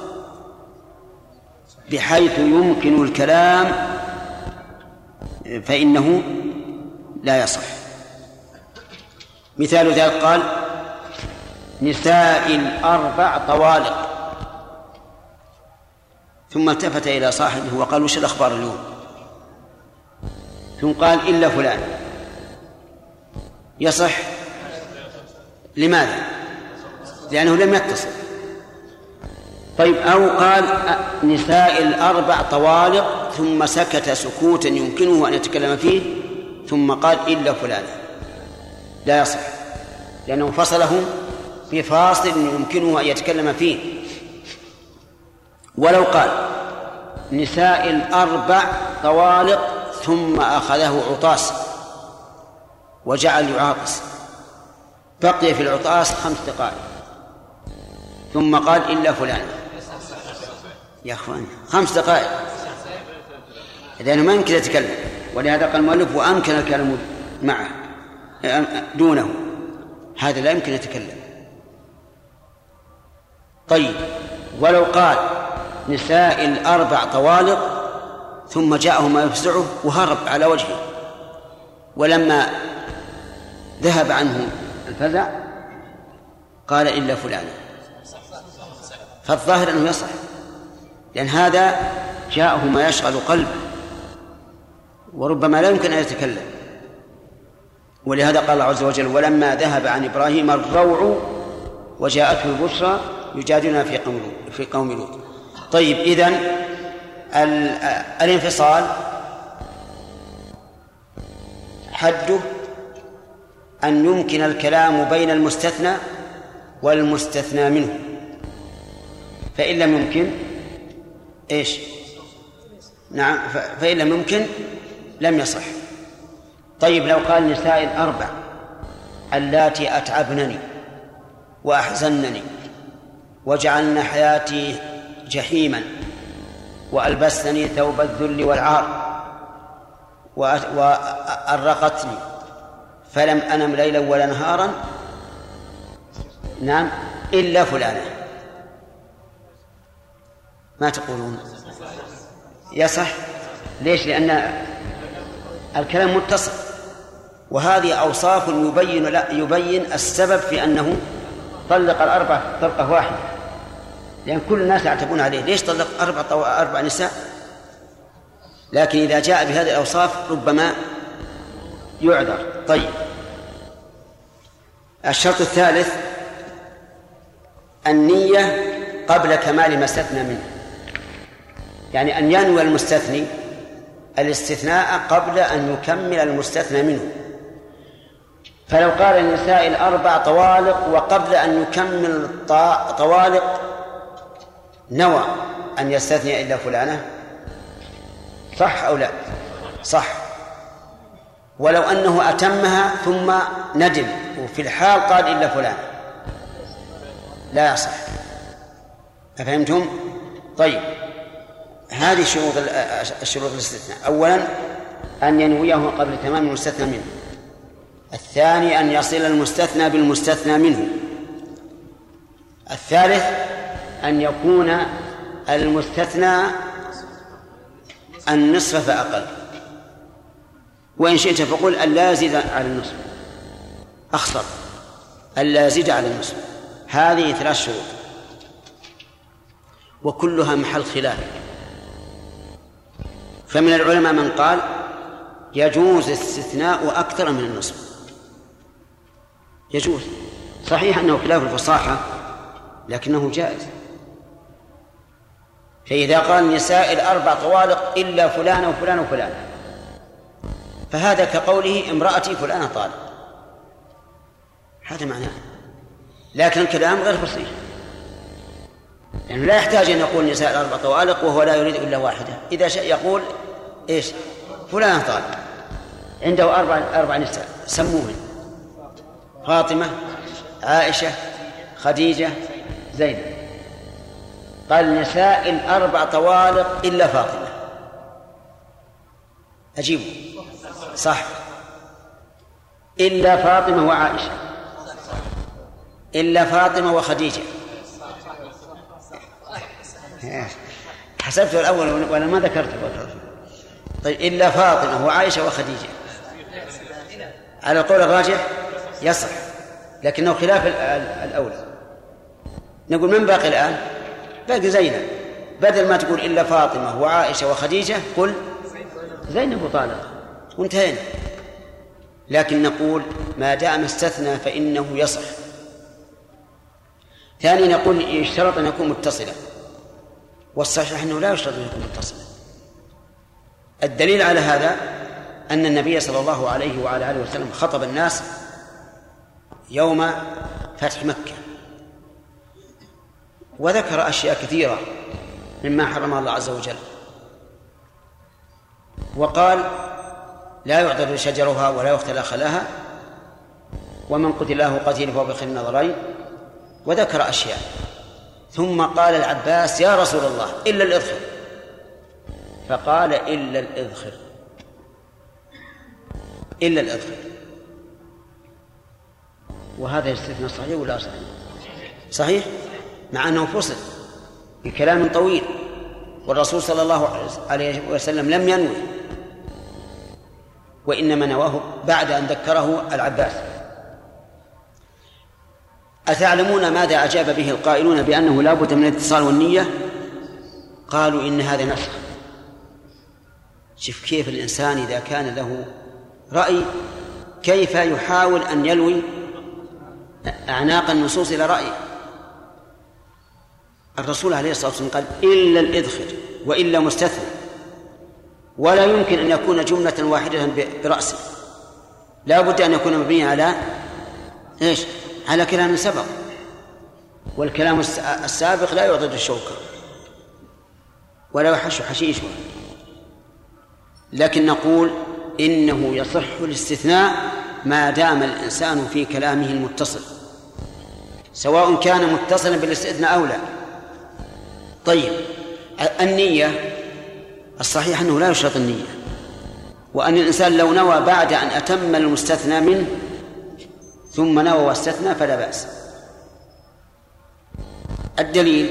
بحيث يمكن الكلام فإنه لا يصح. مثال ذلك قال نساء 4 طوالق، ثم التفت إلى صاحبه وقال وش الأخبار اليوم؟ ثم قال إلا فلان، يصح؟ لماذا؟ لأنه لم يتصل. طيب، أو قال نساء 4 طوالق ثم سكت سكوتا يمكنه أن يتكلم فيه ثم قال إلا فلان، لا يصح، لأنه فصله بفاصل يمكنه أن يتكلم فيه. ولو قال نساء 4 طوالق ثم أخذه عطاس وجعل يعاطس، بقي في العطاس 5 دقائق ثم قال إلا فلان، يا أخوان 5 دقائق، لأنه ما يمكن يتكلم. ولهذا قال المؤلف وأمكن الكلام معه دونه، هذا لا يمكن يتكلم. طيب، ولو قال نساء 4 طوالق ثم جاءه ما يفزعه وهرب على وجهه، ولما ذهب عنه الفزع قال إلا فلان، فالظاهر أنه يصح، لأن هذا جاءه ما يشغل قلبه وربما لا يمكن أن يتكلم. ولهذا قال الله عز وجل ولما ذهب عن إبراهيم الروع وجاءته البشرى يجادلنا في قوم لوط. طيب، إذن الانفصال حده أن يمكن الكلام بين المستثنى والمستثنى منه، فإن لم يمكن إيش؟ نعم، فإن لم يمكن لم يصح. طيب، لو قال نساء 4 اللاتي أتعبنني وأحزنني وجعلن حياتي جحيما وألبسنني ثوب الذل والعار وأرقتني فلم أنم ليلا ولا نهارا، نعم، إلا فلانة، ما تقولون؟ يصح. ليش؟ لأن الكلام متصل، وهذه أوصاف يبين السبب في أنه طلق 4 طلقة واحدة، لأن كل الناس يعتبون عليه ليش طلق 4 نساء. لكن إذا جاء بهذه الأوصاف ربما يعذر. طيب، الشرط الثالث النية قبل كمال ما استثنى منه، يعني أن ينوي المستثني الاستثناء قبل أن يكمل المستثنى منه. فلو قال النساء الأربع طوالق وقبل أن يكمل طوالق نوى أن يستثني إلا فلانة، صح أو لا؟ صح. ولو أنه أتمها ثم ندم وفي الحال قال إلا فلان لا يصح. أفهمتم؟ طيب، هذه الشروط الاستثناء. أولا أن ينويه قبل تمام المستثنى منه. الثاني أن يصل المستثنى بالمستثنى منه. الثالث أن يكون المستثنى النصف فأقل، وإن شئت فقل أن لا يزيد على النصف، أخسر أن لا يزيد على النصف. هذه 3 شروط وكلها محل خلاف. فمن العلماء من قال يجوز استثناء أكثر من النصف، يجوز، صحيح أنه خلاف الفصاحة لكنه جائز. فإذا قال النساء الأربع طوالق إلا فلان وفلان وفلان، فهذا كقوله امرأتي فلانة طالق، هذا معناه. لكن الكلام غير فصيح، يعني لا يحتاج أن يقول النساء الأربع طوالق وهو لا يريد إلا واحدة. إذا شاء يقول إيش؟ فلانة طالق، عنده أربع نساء، سموهن: فاطمة، عائشة، خديجة، زينب. قال النساء الأربع طوالق إلا فاطمة، أجيبه صح. إلا فاطمة وعائشة، إلا فاطمة وخديجة. حسبته الأول وأنا ما ذكرته. طيب، إلا فاطمة وعائشة وخديجة على القول الراجح يصح، لكنه خلاف الأولى. نقول من باقي الآن؟ باقي زينب. بدل ما تقول إلا فاطمة وعائشة وخديجة قل زينب وطالق وانتهينا. لكن نقول ما دام استثنى فإنه يصح. ثانيا نقول يشترط أن يكون متصلا، والصحيح أنه لا يشترط أن يكون متصلا. الدليل على هذا أن النبي صلى الله عليه وعلى آله وسلم خطب الناس يوم فتح مكة، وذكر أشياء كثيرة مما حرم الله عز وجل، وقال لا يعضد شجرها ولا يختلى خلاها، ومن قتل له قتيل فهو بخير النظرين، وذكر أشياء. ثم قال العباس يا رسول الله إلا الإذخر، فقال إلا الإذخر، إلا الإذخر. وهذا يستثنى صحيح ولا صحيح؟ صحيح، مع أنه فصل بكلام طويل، والرسول صلى الله عليه وسلم لم ينوي، وإنما نواه بعد أن ذكره العباس. أتعلمون ماذا أجاب به القائلون بأنه لا بد من الاتصال والنية؟ قالوا إن هذا نسخ. شوف كيف الإنسان إذا كان له رأي كيف يحاول أن يلوي أعناق النصوص إلى رأيه. الرسول عليه الصلاة والسلام قال إلا الإذخر وإلا مستثنى، ولا يمكن أن يكون جملة واحدة برأسه، لا بد أن يكون مبني على إيش؟ على كلام سبق، والكلام السابق لا يعضد الشوكة ولا يحش حشيشه. لكن نقول إنه يصح الاستثناء ما دام الإنسان في كلامه المتصل، سواء كان متصلا بالاستثناء أو لا. طيب، النية الصحيح أنه لا يشرط النية، وأن الإنسان لو نوى بعد أن أتم المستثنى منه ثم نوى واستثنى فلا بأس. الدليل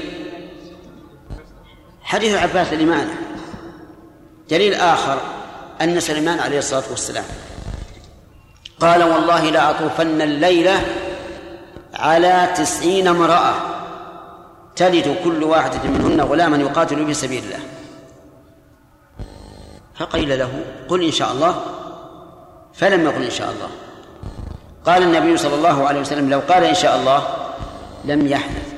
حديث العباس اللي معنا. دليل آخر أن سليمان عليه الصلاة والسلام قال والله لا أطوفن الليلة على 90 امرأة تلد كل واحدة منهن غلاما يقاتل في سبيل الله. فقيل له قل إن شاء الله، فلم يقل إن شاء الله. قال النبي صلى الله عليه وسلم لو قال إن شاء الله لم يحدث،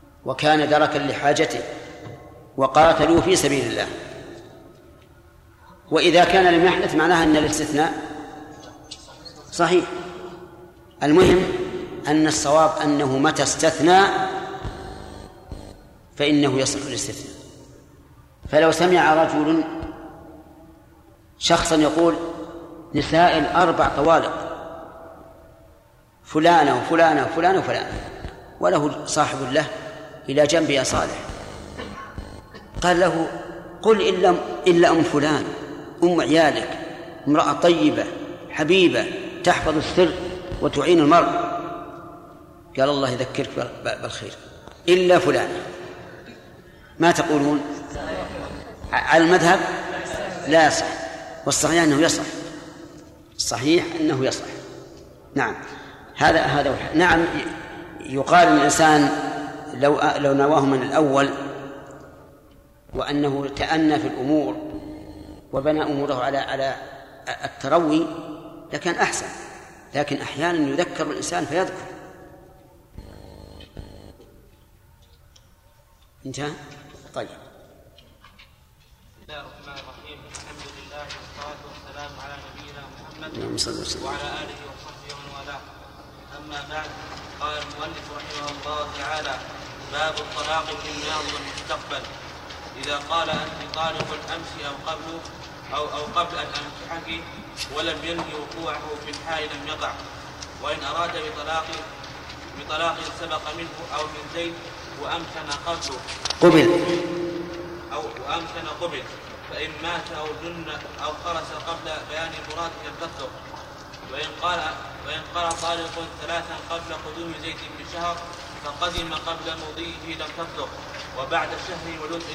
وكان دركا لحاجته، وقاتلوا في سبيل الله. وإذا كان لم يحدث معناها أن الاستثناء صحيح. المهم أن الصواب أنه متى استثنى فإنه يصح الاستثناء. فلو سمع رجل شخصا يقول نساء 4 طوالق فلانة وفلانة وفلانة وفلانة، وله صاحب له إلى جنب يا صالح، قال له قل إلا أم فلان، أم عيالك، امرأة طيبة حبيبة تحفظ السر وتعين المرء، قال الله يذكرك بالخير، إلا فلانة. ما تقولون؟ على المذهب لا يصح، والصحيح أنه يصح، الصحيح أنه يصح. نعم هذا نعم. يقال الإنسان لو نواه من الأول وأنه تأنى في الأمور وبنى أموره على التروي لكان أحسن، لكن أحيانا يذكر الإنسان فيذكر. انتهى. طيب. بسم الله الرحمن الرحيم، الحمد لله والصلاة والسلام على نبينا محمد وعلى آله وصحبه ومن والاه. أما بعد، قال المؤلف رحمه الله تعالى: باب الطلاق في الماضي والمستقبل. إذا قال أنت طالق أمس أو قبل أن أنكحك ولم ينهي وقوعه في الحال لم يقع، وإن أراد بطلاق سبق منه أو من زيد وأمكن قبل فإن مات أو جن أو خرس قبل بيان مراده لم تطلق. وإن قال طالق 3 قبل قدوم زيد بشهر فقدم قبل مضيه لم تطلق، وبعد شهر ولدء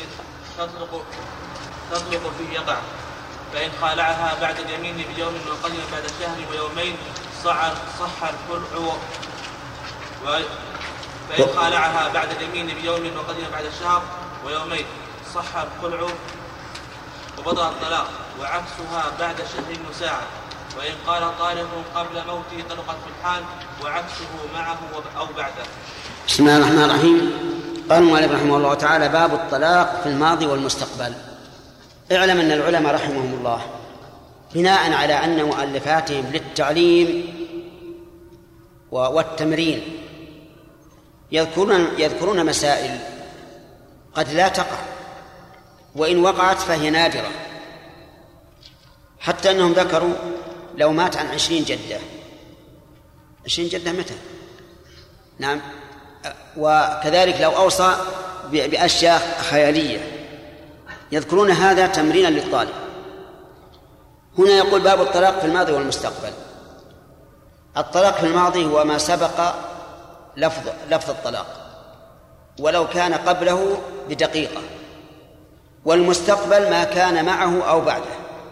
تطلق فيه يقع. فإن خالعها بعد اليمين بيوم وقدم بعد شهر ويومين صح الخلع. فإن خالعها بعد اليمين بيوم وقدم بعد شهر ويومين صح الخلع وبطل الطلاق، وعكسها بعد شهر وساعة. وإن قال طالق قبل موته طلقت في الحال، وعكسه معه أو بعده. بسم الله الرحمن الرحيم. قال المؤلف رحمه الله تعالى: باب الطلاق في الماضي والمستقبل. اعلم أن العلماء رحمهم الله بناء على أن مؤلفاتهم للتعليم والتمرين يذكرون مسائل قد لا تقع، وإن وقعت فهي نادرة، حتى أنهم ذكروا لو مات عن 20 جدة. 20 جدة متى؟ نعم. وكذلك لو أوصى بأشياء خيالية، يذكرون هذا تمرينا للطالب. هنا يقول: باب الطلاق في الماضي والمستقبل. الطلاق في الماضي هو ما سبق لفظ الطلاق ولو كان قبله بدقيقة، والمستقبل ما كان معه أو بعده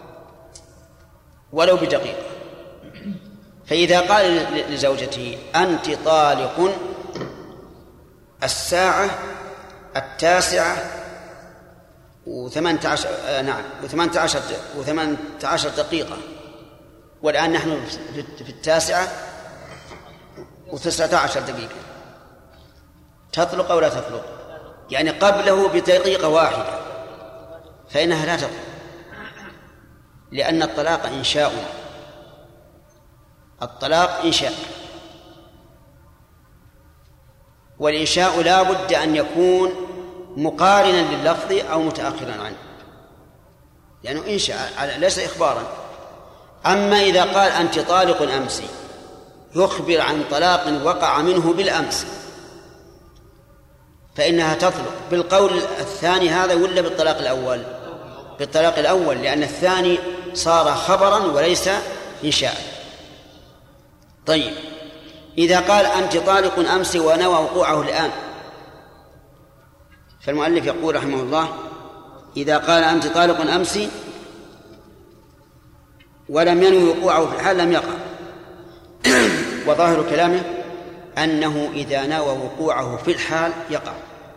ولو بدقيقة. فإذا قال لزوجته: أنت طالق 18 دقيقة، والآن نحن في 9:19 دقيقة، تطلق أو لا تطلق؟ يعني قبله بدقيقة واحدة، فإنها لا تطلق، لأن الطلاق إنشاء. الطلاق إنشاء، والإنشاء لا بد أن يكون مقارنا لللفظ أو متأخرا عنه، لأنه يعني إنشاء ليس إخبارا. أما إذا قال أنت طالق أمس يخبر عن طلاق وقع منه بالأمس، فإنها تطلق بالقول الثاني هذا ولا بالطلاق الأول؟ بالطلاق الأول، لأن الثاني صار خبرا وليس إنشاء. طيب، إذا قال أنت طالق أمس ونوى وقوعه الآن، فالمؤلف يقول رحمه الله: إذا قال أنت طالق أمس ولم ينوي وقوعه في الحال لم يقع. وظاهر كلامه أنه إذا نوى وقوعه في الحال يقع،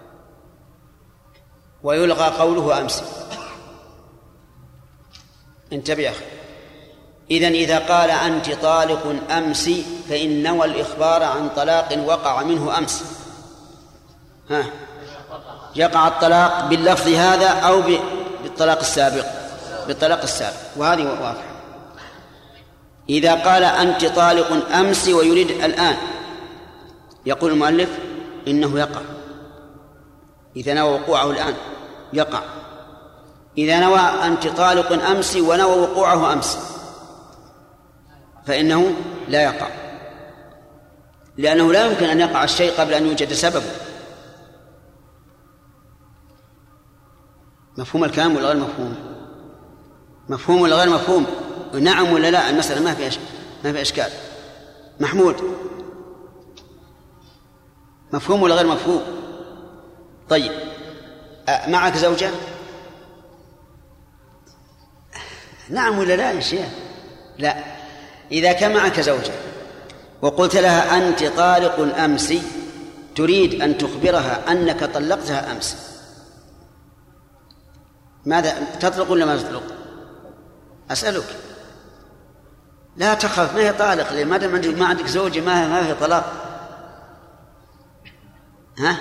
ويلغى قوله أمس. انتبه يا أخي. إذن إذا قال أنت طالق أمس فإن نوى الإخبار عن طلاق وقع منه أمس، يقع الطلاق باللفظ هذا أو بالطلاق السابق؟ بالطلاق السابق، وهذه واضحة. إذا قال أنت طالق أمس ويريد الآن، يقول المؤلف إنه يقع إذا نوى وقوعه الآن يقع. إذا نوى أنت طالق أمس ونوى وقوعه أمس فإنه لا يقع، لأنه لا يمكن أن يقع الشيء قبل أن يوجد سببه. مفهوم الكلام ولا غير مفهوم؟ مفهوم ولا غير مفهوم؟ نعم ولا لا؟ المسألة ما في إشكال. محمود، مفهوم ولا غير مفهوم؟ طيب، معك زوجة؟ نعم ولا لا يا شيخ؟ لا. إذا كان معك زوجة وقلت لها أنت طالق أمس، تريد أن تخبرها أنك طلقتها أمس، ماذا تطلق ولا ما تطلق؟ أسألك. لا تخاف، ما هي طالق، ما دام ما عندك زوجة ما هي طلاق. ها؟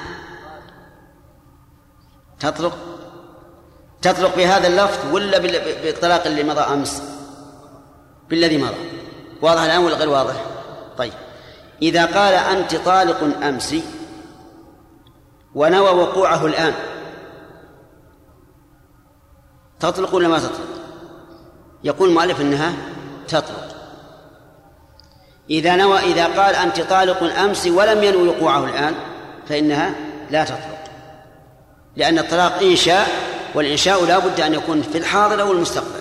تطلق بهذا اللفظ ولا بالطلاق اللي مضى أمس؟ بالذي مضى. واضح الآن ولا غير واضح؟ طيب، إذا قال أنت طالق أمس ونوى وقوعه الآن، تطلق ولا ما تطلق؟ يقول المؤلف إنها تطلق. إذا قال أنت طالق أمس ولم ينوي وقوعه الآن فإنها لا تطلق، لأن الطلاق إنشاء، والإنشاء لا بد أن يكون في الحاضر أو المستقبل.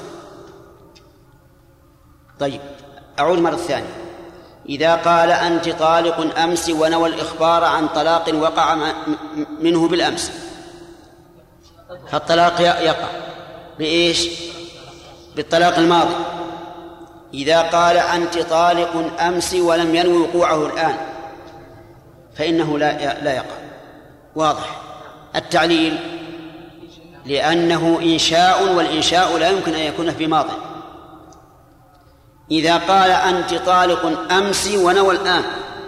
طيب، أعود مرة ثانية. إذا قال أنت طالق أمس ونوى الإخبار عن طلاق وقع منه بالأمس، فالطلاق يقع بإيش؟ بالطلاق الماضي. إذا قال أنت طالق أمس ولم ينوي وقوعه الآن فإنه لا يقع. واضح التعليل؟ لأنه إنشاء، والإنشاء لا يمكن أن يكون في ماضي. إذا قال أنت طالق أمس ونوى الآن،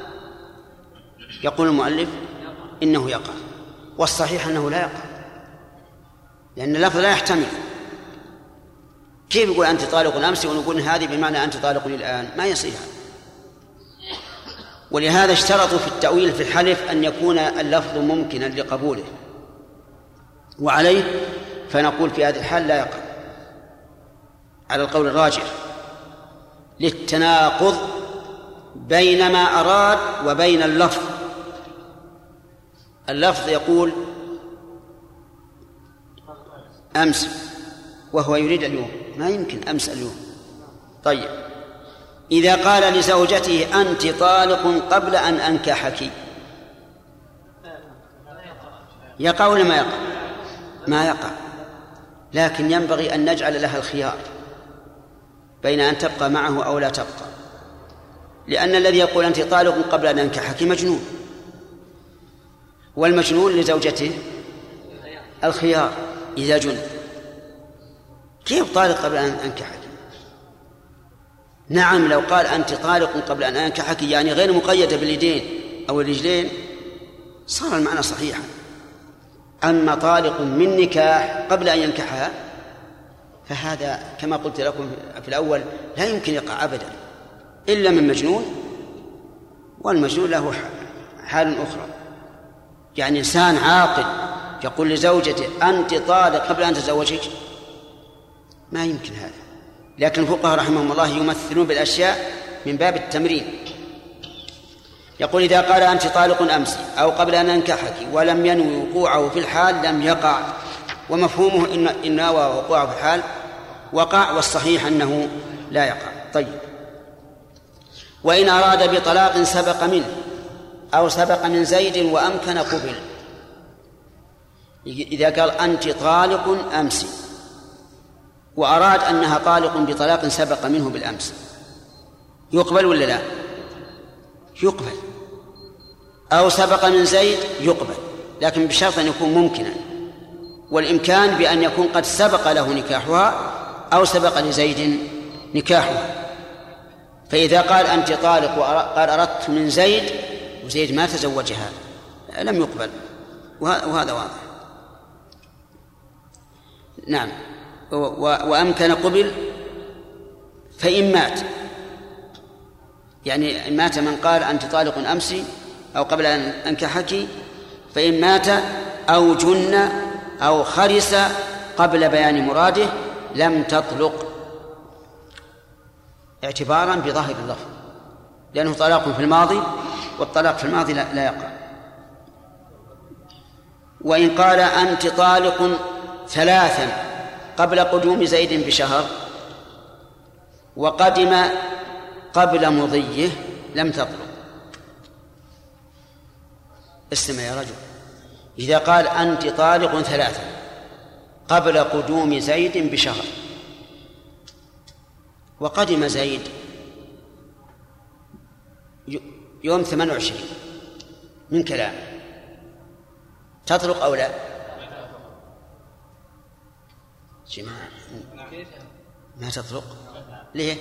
يقول المؤلف إنه يقع، والصحيح أنه لا يقع، لأن اللفظ لا يحتمل. كيف يقول أنت طالق أمس ونقول هذه بمعنى أنت طالق الآن؟ ما يصير. ولهذا اشترطوا في التأويل في الحلف أن يكون اللفظ ممكنا لقبوله، وعليه فنقول في هذه الحال لا يقع على القول الراجح، للتناقض بين ما أراد وبين اللفظ. اللفظ يقول أمس وهو يريد اليوم، ما يمكن أمس اليوم. طيب، إذا قال لزوجته أنت طالق قبل أن أنكحك، يقع ولا ما يقع؟ ما يقع، لكن ينبغي أن نجعل لها الخيار بين أن تبقى معه أو لا تبقى، لأن الذي يقول أنت طالق قبل أن أنكحك مجنون، والمجنون لزوجته الخيار إذا جن. كيف طالق قبل أن أنكحك؟ نعم، لو قال أنت طالق قبل أن أنكحك يعني غير مقيدة باليدين أو الرجلين صار المعنى صحيحا. أما طالق من نكاح قبل أن ينكحها فهذا كما قلت لكم في الأول لا يمكن يقع أبدا إلا من مجنون، والمجنون له حال أخرى. يعني إنسان عاقل يقول لزوجته أنت طالق قبل أن تزوجك، ما يمكن هذا. لكن الفقهاء رحمهم الله يمثلون بالأشياء من باب التمرين. يقول إذا قال أنت طالق أمس أو قبل أن أنكحك ولم ينوي وقوعه في الحال لم يقع، ومفهومه إن نوى وقوعه في الحال وقع، والصحيح أنه لا يقع. طيب، وإن أراد بطلاق سبق منه أو سبق من زيد وأمكن قبل. إذا قال أنت طالق أمس وأراد أنها طالق بطلاق سبق منه بالأمس، يقبل ولا لا؟ يقبل. أو سبق من زيد يقبل، لكن بشرط أن يكون ممكنا، والإمكان بأن يكون قد سبق له نكاحها أو سبق لزيد نكاحها. فإذا قال أنت طالق وقال أردت من زيد وزيد ما تزوجها لم يقبل، وهذا واضح. نعم. وأمكن قبل فإن مات، يعني مات من قال أنت طالق أمسي أو قبل أن أنكحك، فإن مات أو جن أو خرس قبل بيان مراده لم تطلق، اعتبارا بظاهر اللفظ، لأنه طلاق في الماضي، والطلاق في الماضي لا يقع. وإن قال أنت طالق 3 قبل قدوم زيد بشهر وقدم قبل مضيه لم تطلق. استمع يا رجل، إذا قال أنت طالق 3 قبل قدوم زيد بشهر وقدم زيد يوم 28 من كلامه، تطلق أو لا؟ جماعة ما تطلق. ليه؟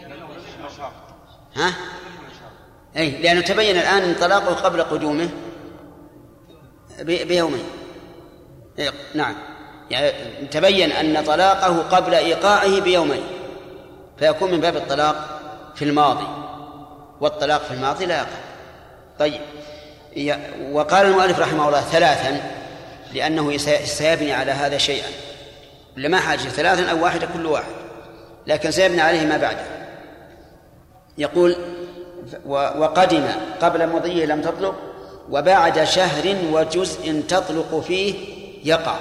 ها؟ أي لأنه تبين الآن أن طلاقه قبل قدومه بيومين. نعم، يعني تبين أن طلاقه قبل إيقاعه بيومين، فيكون من باب الطلاق في الماضي، والطلاق في الماضي لا يقع. طيب، وقال المؤلف رحمه الله 3 لأنه سيبني على هذا شيئا، لما حاجة 3 أو 1 كل واحد، لكن سيبني عليه ما بعده. يقول وقدم قبل مضيه لم تطلق، وبعد شهر وجزء تطلق فيه يقع.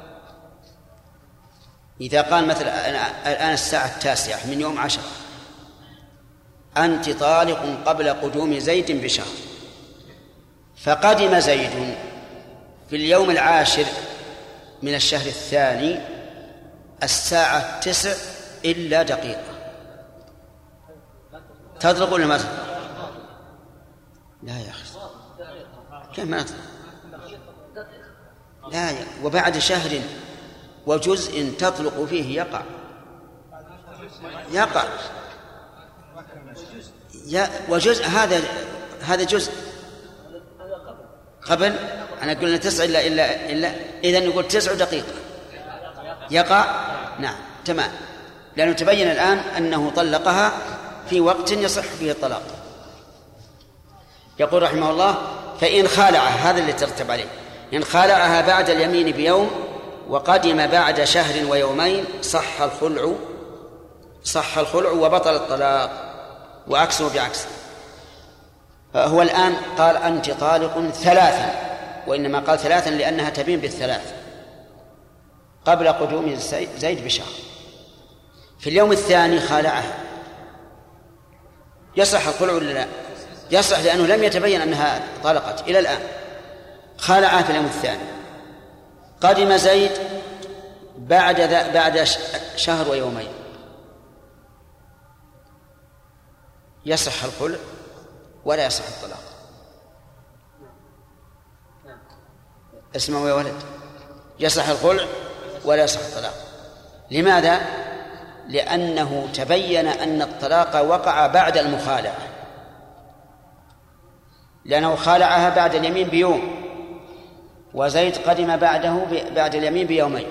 إذا قال مثلا الآن الساعة 9 من يوم 10 أنت طالق قبل قدوم زيد بشهر، فقدم زيد في اليوم 10 من الشهر الثاني الساعة 9 إلا دقيقة، تطلق ولا ما تطلق؟ لا يا أخي، كيف ما تطلق؟ لا، وبعد شهر وجزء تطلق فيه يقع وجزء هذا جزء قبل. أنا قلنا 9 إلا إذن نقول 9 دقيقة يقع. نعم تمام، لأنه تبين الآن أنه طلقها في وقت يصح فيه الطلاق. يقول رحمه الله فإن خالعها، هذا اللي ترتب عليه، إن خالعها بعد اليمين بيوم وقدم بعد شهر ويومين صح الخلع وبطل الطلاق، وعكسه بعكسه. هو الآن قال أنت طالق 3، وإنما قال 3 لأنها تبين بالثلاث قبل قدوم زيد بشهر. في اليوم الثاني خالعها، يصح الخلع ولا لا؟ يصح، لأنه لم يتبين أنها طلقت إلى الآن. خالعها في اليوم الثاني، قدم زيد بعد شهر ويومين، يصح الخلع ولا يصح الطلاق؟ اسمعوا يا ولد، يصح الخلع ولا يصح الطلاق. لماذا؟ لأنه تبين أن الطلاق وقع بعد المخالعة، لأنه خالعها بعد اليمين بيوم، وزيد قدم بعد اليمين بيومين.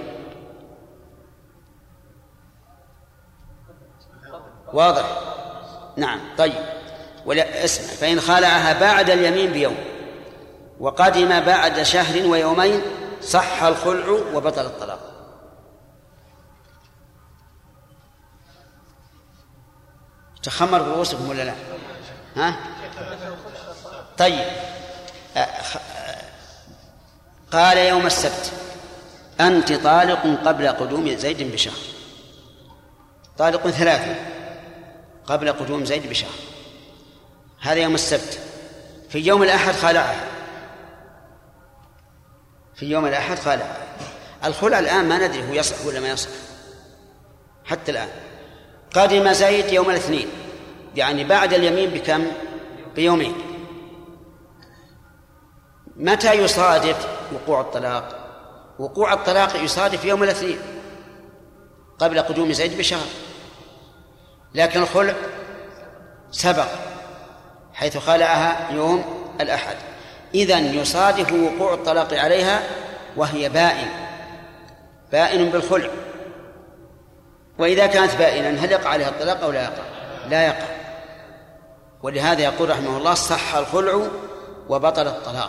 واضح؟ نعم. طيب، ولا اسمع، فإن خالعها بعد اليمين بيوم وقدم بعد شهر ويومين صح الخلع وبطل الطلاق. تخمر رؤوسكم ولا لا؟ ها؟ طيب، قال يوم السبت أنت طالق قبل قدوم زيد بشهر، طالق 3 قبل قدوم زيد بشهر، هذا يوم السبت. في يوم الأحد خالعها، الخلع الآن ما ندري هو يصح ولا ما يصح حتى الآن. قدم زيد يوم الاثنين، يعني بعد اليمين بكم؟ بيومين. متى يصادف وقوع الطلاق؟ وقوع الطلاق يصادف يوم الاثنين قبل قدوم زيد بشهر، لكن الخلع سبق حيث خلعها يوم الأحد، إذن يصادف وقوع الطلاق عليها وهي بائن بالخلع، وإذا كانت بائنا هل يقع عليها الطلاق أو لا يقع؟ لا يقع. ولهذا يقول رحمه الله صح الخلع وبطل الطلاق.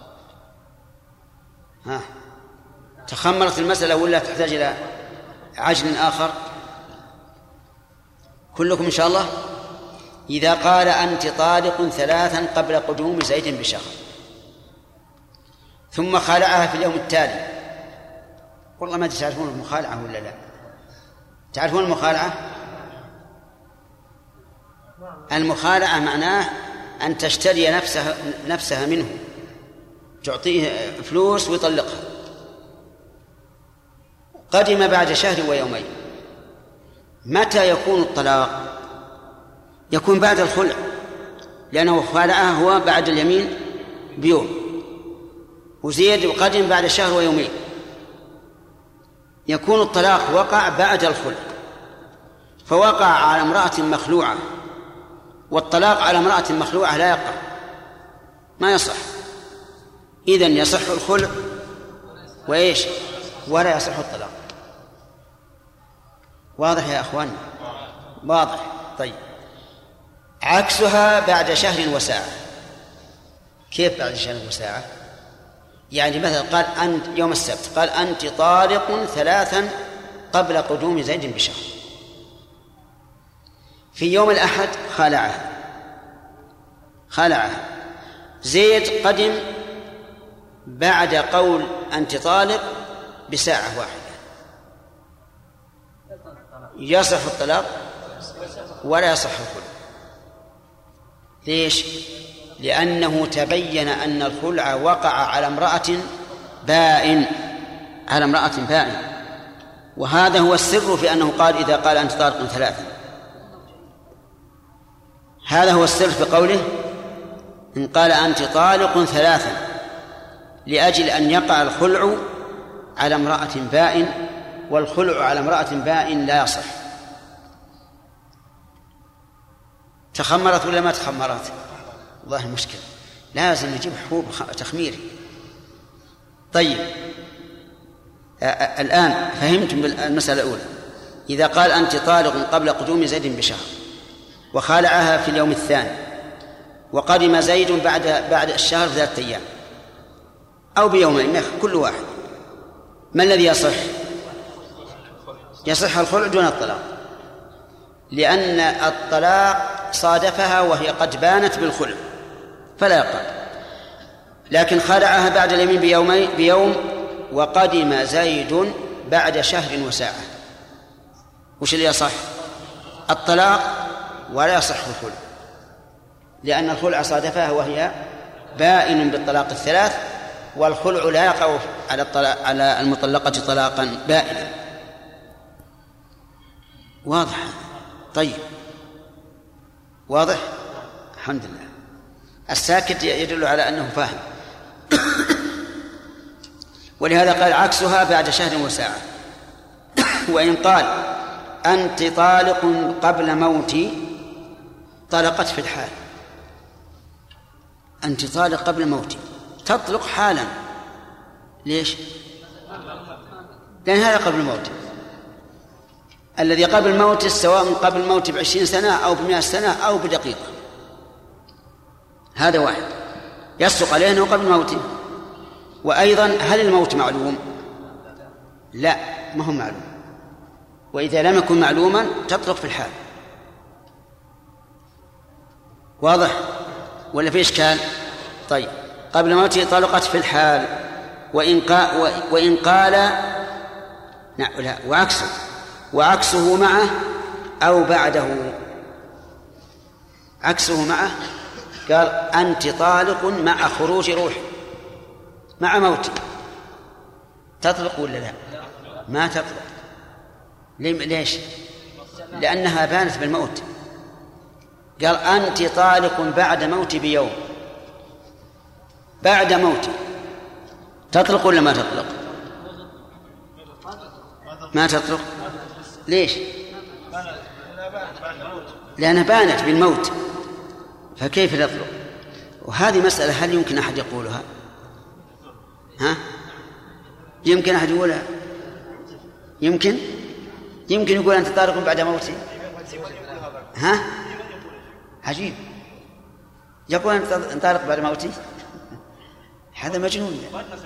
تخمرت المسألة ولا تحتاج إلى عجل آخر؟ كلكم إن شاء الله. إذا قال أنت طالق 3 قبل قدوم زيد بشهر ثم خالعها في اليوم التالي، والله ما تعرفون المخالعة ولا لا؟ تعرفون المخالعة؟ المخالعة معناه أن تشتري نفسها منه، تعطيه فلوس ويطلقها. قدم بعد شهر ويومين. متى يكون الطلاق؟ يكون بعد الخلع، لأنه خالعها هو بعد اليمين بيوم، وزيد قدم بعد شهر ويومين. يكون الطلاق وقع بعد الخلع، فوقع على امرأة مخلوعة، والطلاق على امرأة مخلوعة لا يقع، ما يصح. إذن يصح الخلع وإيش؟ ولا يصح الطلاق. واضح يا أخوان؟ واضح. طيب، عكسها بعد شهر وساعة. كيف بعد شهر وساعة؟ يعني مثلا قال أنت يوم السبت قال أنت طالق 3 قبل قدوم زيد بشهر، في يوم الأحد خالعها. زيد قدم بعد قول أنت طالق بساعة واحدة، يصح الطلاق ولا يصح الخلع. ليش؟ لأنه تبين أن الخلع وقع على امرأة بائن، وهذا هو السر في أنه قال إذا قال أنت طالق 3. هذا هو السر في قوله إن قال أنت طالق 3، لأجل أن يقع الخلع على امرأة بائن، والخلع على امرأة بائن لا يصح. تخمرت ولا ما تخمرت؟ والله مشكلة، لازم نجيب حبوب تخمير. طيب، الآن فهمتم المسألة الأولى. إذا قال أنت طالق قبل قدوم زيد بشهر وخالعها في اليوم الثاني، وقدم زيد بعد الشهر 3 أيام أو بيومين، كل واحد، ما الذي يصح؟ يصح الخلع دون الطلاق، لأن الطلاق صادفها وهي قد بانت بالخلع فلا يقع. لكن خلعها بعد اليمين بيوم وقدم زيد بعد شهر وساعة، وش اللي يصح؟ الطلاق ولا يصح الخلع، لأن الخلع صادفها وهي بائن بالطلاق 3، والخلع لا يقع على المطلقة طلاقا بائنا. واضح؟ طيب، واضح؟ الحمد لله. الساكت يدل على أنه فاهم. ولهذا قال عكسها بعد شهر وساعة. وإن قال أنت طالق قبل موتي، طلقت في الحال. أنت طالق قبل موتي، تطلق حالا. ليش؟ لأن هذا قبل موتي. الذي قبل موته سواء قبل موته ب20 سنة أو ب100 سنة أو بدقيقة، هذا واحد يصدق عليه أنه قبل موته. وأيضا هل الموت معلوم؟ لا، ما هو معلوم. وإذا لم يكن معلوما تطلق في الحال. واضح ولا في إشكال؟ طيب، قبل موته طلقت في الحال. وإن قال لا، وعكسه معه أو بعده. عكسه معه قال أنت طالق مع خروج روح، مع موت، تطلق ولا لا؟ ما تطلق. ليش؟ لأنها بانت بالموت. قال أنت طالق بعد موت بيوم، بعد موت، تطلق ولا ما تطلق؟ ما تطلق. ليش؟ لأنها بانت بالموت، فكيف تطلق؟ وهذه مسألة هل يمكن أحد يقولها؟ يمكن أحد يقولها؟ يمكن؟ يمكن يقول أنت طالق بعد موتي. ها؟ عجيب، يقول أنت طالق بعد موتي، هذا مجنون.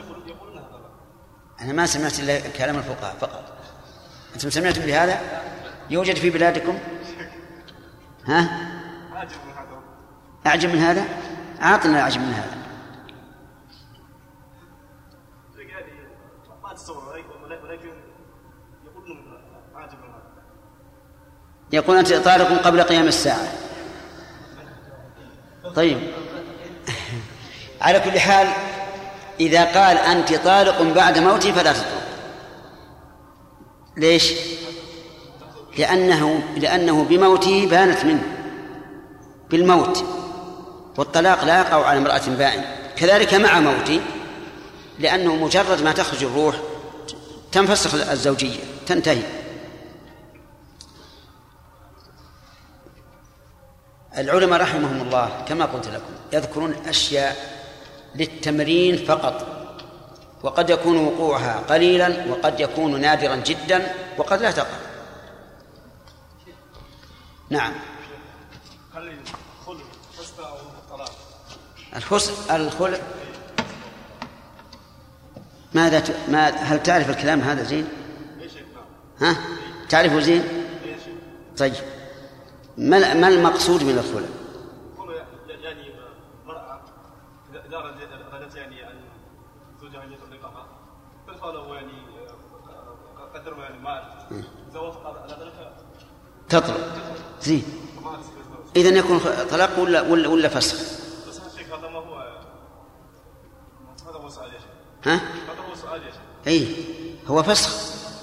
أنا ما سمعت إلا كلام الفقهاء فقط. أنتم سمعتم بهذا؟ يوجد في بلادكم؟ ها؟ أعجب من هذا؟ أعطنا أعجب من هذا. يقول أنت طالق قبل قيام الساعة. طيب على كل حال إذا قال أنت طالق بعد موتي فلا تطلق. ليش؟ لأنه بموته بانت منه بالموت، والطلاق لا يقع على امرأة بائن. كذلك مع موتي، لأنه مجرد ما تخرج الروح تنفسخ الزوجية تنتهي. العلماء رحمهم الله كما قلت لكم يذكرون أشياء للتمرين فقط، وقد يكون وقوعها قليلا وقد يكون نادرا جدا وقد لا تقع. نعم. الخلع هل تعرف الكلام هذا زين؟ ها؟ تعرفه زين؟ طيب ما المقصود من الخلع؟ يعني مرأة إذا أرادت يعني أن زوجها يطلقها تدفع له يعني قدر يعني مال، إذا وافق على ذلك تطلق. زين. إذن يكون طلاق ولا فسخ؟ بس الشيخ هذا ما هو، هذا هو سؤال يا شيخ. ها؟ هذا هو سؤال يا شيخ. أي هو فسخ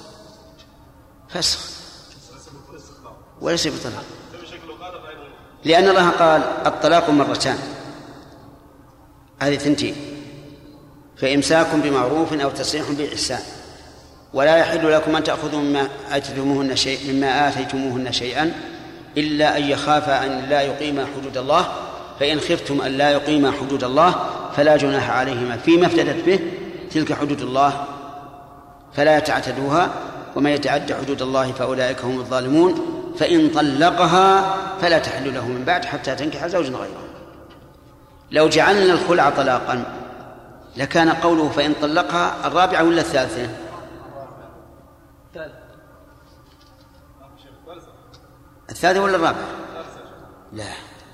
وليس بطلاق، لأن الله قال الطلاق مرتان، هذه ثنتين، فإمساك بمعروف أو تسريح بإحسان، ولا يحل لكم أن تأخذوا مما آتيتموهن شيئا إلا أن يخافا أن لا يقيما حدود الله، فإن خفتم أن لا يقيما حدود الله فلا جناح عليهما فيما افتدت به، تلك حدود الله فلا يتعتدوها، ومن يتعد حدود الله فأولئك هم الظالمون. فإن طلقها فلا تحل له من بعد حتى تنكح زوجا غيره. لو جعلنا الخلع طلاقا لكان قوله فإن طلقها الرابعة ولا الثالثة؟ الثالثة ولا الرابعة؟ لا.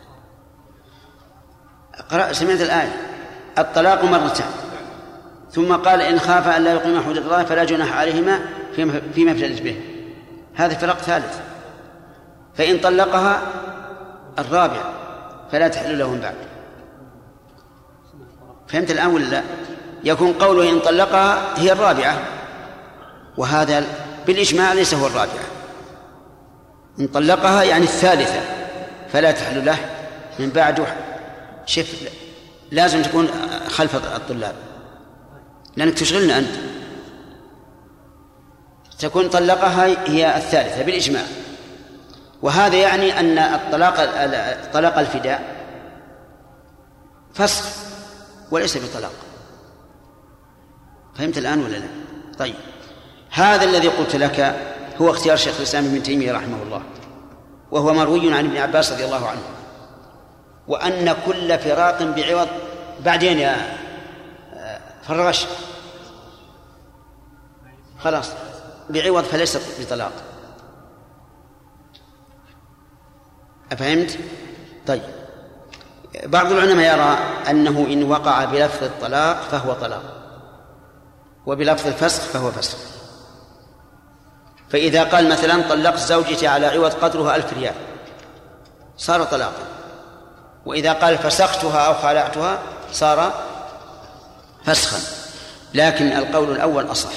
سمعت الآية الطلاق مرتان، ثم قال إن خاف أن لا يقيم حدود الله فلا جناح عليهما فيما افتدت به، هذا فراق ثالث. فإن طلقها الرابعة فلا تحل له من بعد. فهمت الآن ولا لا؟ يكون قوله إن طلقها هي الرابعة، وهذا بالإجماع ليس هو الرابعة. إن طلقها يعني الثالثة فلا تحل له من بعد. شف لازم تكون خلف الطلاب لأنك تشغلنا أنت. تكون طلقها هي الثالثة بالإجماع، وهذا يعني أن طلاق الفداء فسخ وليس بطلاق. فهمت الآن ولا لا؟ طيب هذا الذي قلت لك هو اختيار شيخ الإسلام ابن تيمية رحمه الله، وهو مروي عن ابن عباس رضي الله عنه، وأن كل فراق بعوض. بعدين يا فرغش خلاص بعوض فليس بطلاق. أفهمت؟ طيب بعض العلماء يرى أنه إن وقع بلفظ الطلاق فهو طلاق، وبلفظ الفسخ فهو فسخ. فإذا قال مثلا طلقت زوجتي على عوض قدرها 1000 ريال صار طلاقا، وإذا قال فسختها أو خالعتها صار فسخا. لكن القول الأول أصح.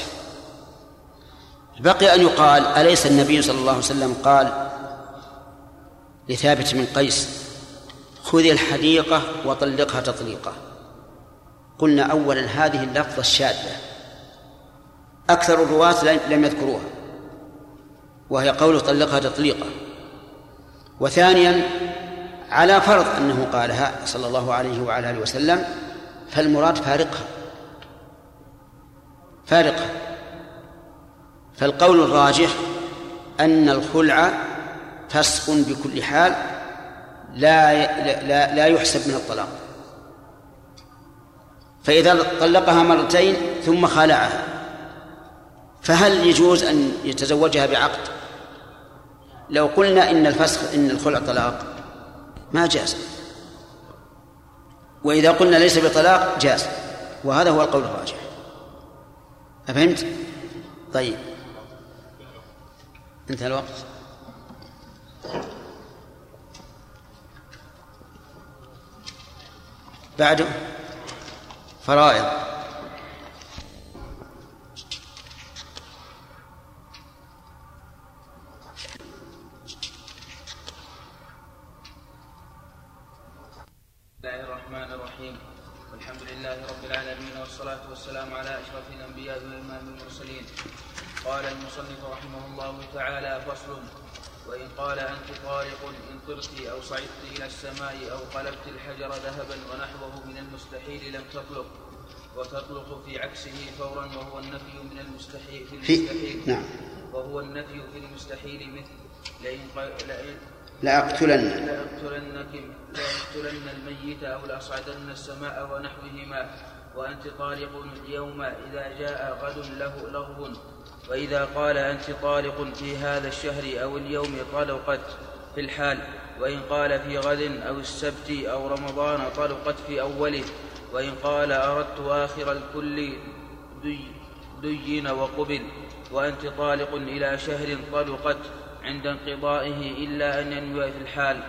بقي أن يقال أليس النبي صلى الله عليه وسلم قال لثابت بن قيس خذ الحديقة وطلقها تطليقة؟ قلنا أولا هذه اللفظة الشاذة أكثر الرواة لم يذكروها، وهي قول طلقها تطليقة. وثانيا على فرض أنه قالها صلى الله عليه وعلى آله وسلم فالمراد فارقها. فالقول الراجح أن الخلع فسق بكل حال لا يحسب من الطلاق. فإذا طلقها مرتين ثم خلعها فهل يجوز أن يتزوجها بعقد؟ لو قلنا إن الفسخ إن الخلع طلاق ما جاز، وإذا قلنا ليس بطلاق جاز، وهذا هو القول الراجح. أفهمت؟ طيب انتهى الوقت. بعده فرائض. بسم الله الرحمن الرحيم. والحمد لله رب العالمين، والصلاة والسلام على أشرف الأنبياء وإمام المرسلين. قال المصنف رحمه الله تعالى: فصل: وإن قال أنت طالق إن طرت أو صعدت إلى السماء أو قلبت الحجر ذهبا ونحوه من المستحيل لم تطلق، وتطلق في عكسه فورا، وهو النفي من المستحيل في المستحيل. نعم. وهو النفي في المستحيل مثل لأقتلن الميت أو لأصعدن السماء ونحوهما، وأنت طالق اليوم إذا جاء غد له لغو. وإذا قال أنت طالق في هذا الشهر أو اليوم طلقت في الحال، وإن قال في غد أو السبت أو رمضان طلقت في أوله، وإن قال أردت آخر الكل دين وقبل. وأنت طالق إلى شهر طلقت عند انقضائه إلا أن ينوي في الحال،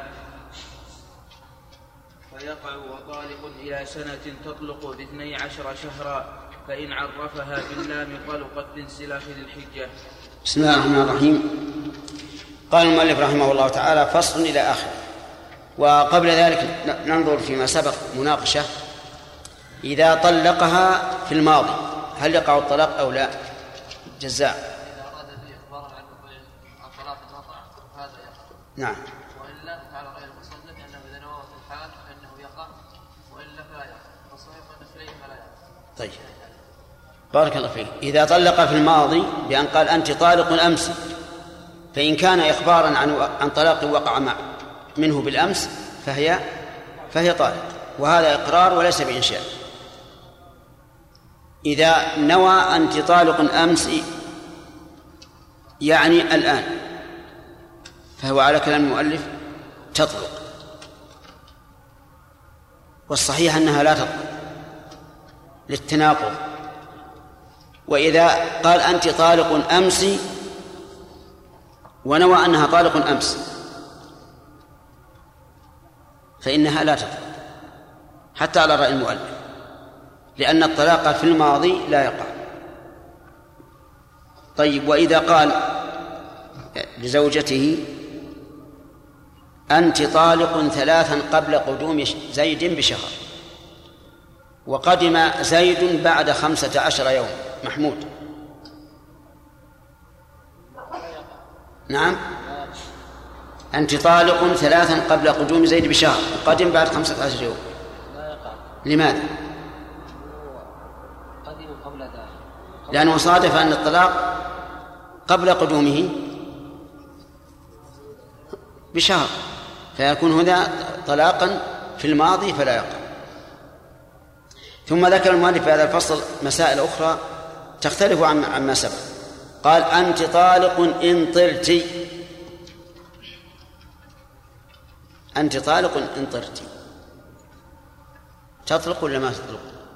فيقع. وطالق إلى سنة تطلق ب12 شهرا، فإن عرفها باللام طلقت بانسلاخ ذي الحجة. بسم الله الرحمن الرحيم. قال المؤلف رحمه الله تعالى: فصل إلى آخر. وقبل ذلك ننظر فيما سبق مناقشة. إذا طلقها في الماضي هل يقع الطلاق أو لا؟ جزاء. إذا أراد به إخبارا عن طلاق الوضع هذا يقع. نعم. وإلا فعلى غير المصنف أنه إذا نوى في الحال فإنه يقع، وإلا فلا يقع، والصحيح أن فيه فلا يقع. طيب بارك الله فيك. إذا طلق في الماضي بأن قال أنت طالق أمس، فإن كان إخبارا عن طلاق وقع منه بالأمس فهي طالق، وهذا إقرار وليس بإنشاء. إذا نوى أنت طالق أمس يعني الآن، فهو على كلام المؤلف تطلق، والصحيح أنها لا تطلق للتناقض. وإذا قال أنت طالق أمس ونوى أنها طالق أمس فإنها لا تطلق حتى على رأي المؤلف، لأن الطلاق في الماضي لا يقع. طيب، وإذا قال لزوجته أنت طالق 3 قبل قدوم زيد بشهر، وقدم زيد بعد 15 يوم، محمود، نعم، أنت طالق 3 قبل قدوم زيد بشهر، وقدم بعد 15 يوم، لماذا؟ لأنه صادف أن الطلاق قبل قدومه بشهر، فيكون هنا طلاقا في الماضي فلا يقع. ثم ذكر المؤلف في هذا الفصل مسائل أخرى تختلف عما سبق. قال أنت طالق إن طرت، أنت طالق إن طرت، تطلق ولا ما تطلق؟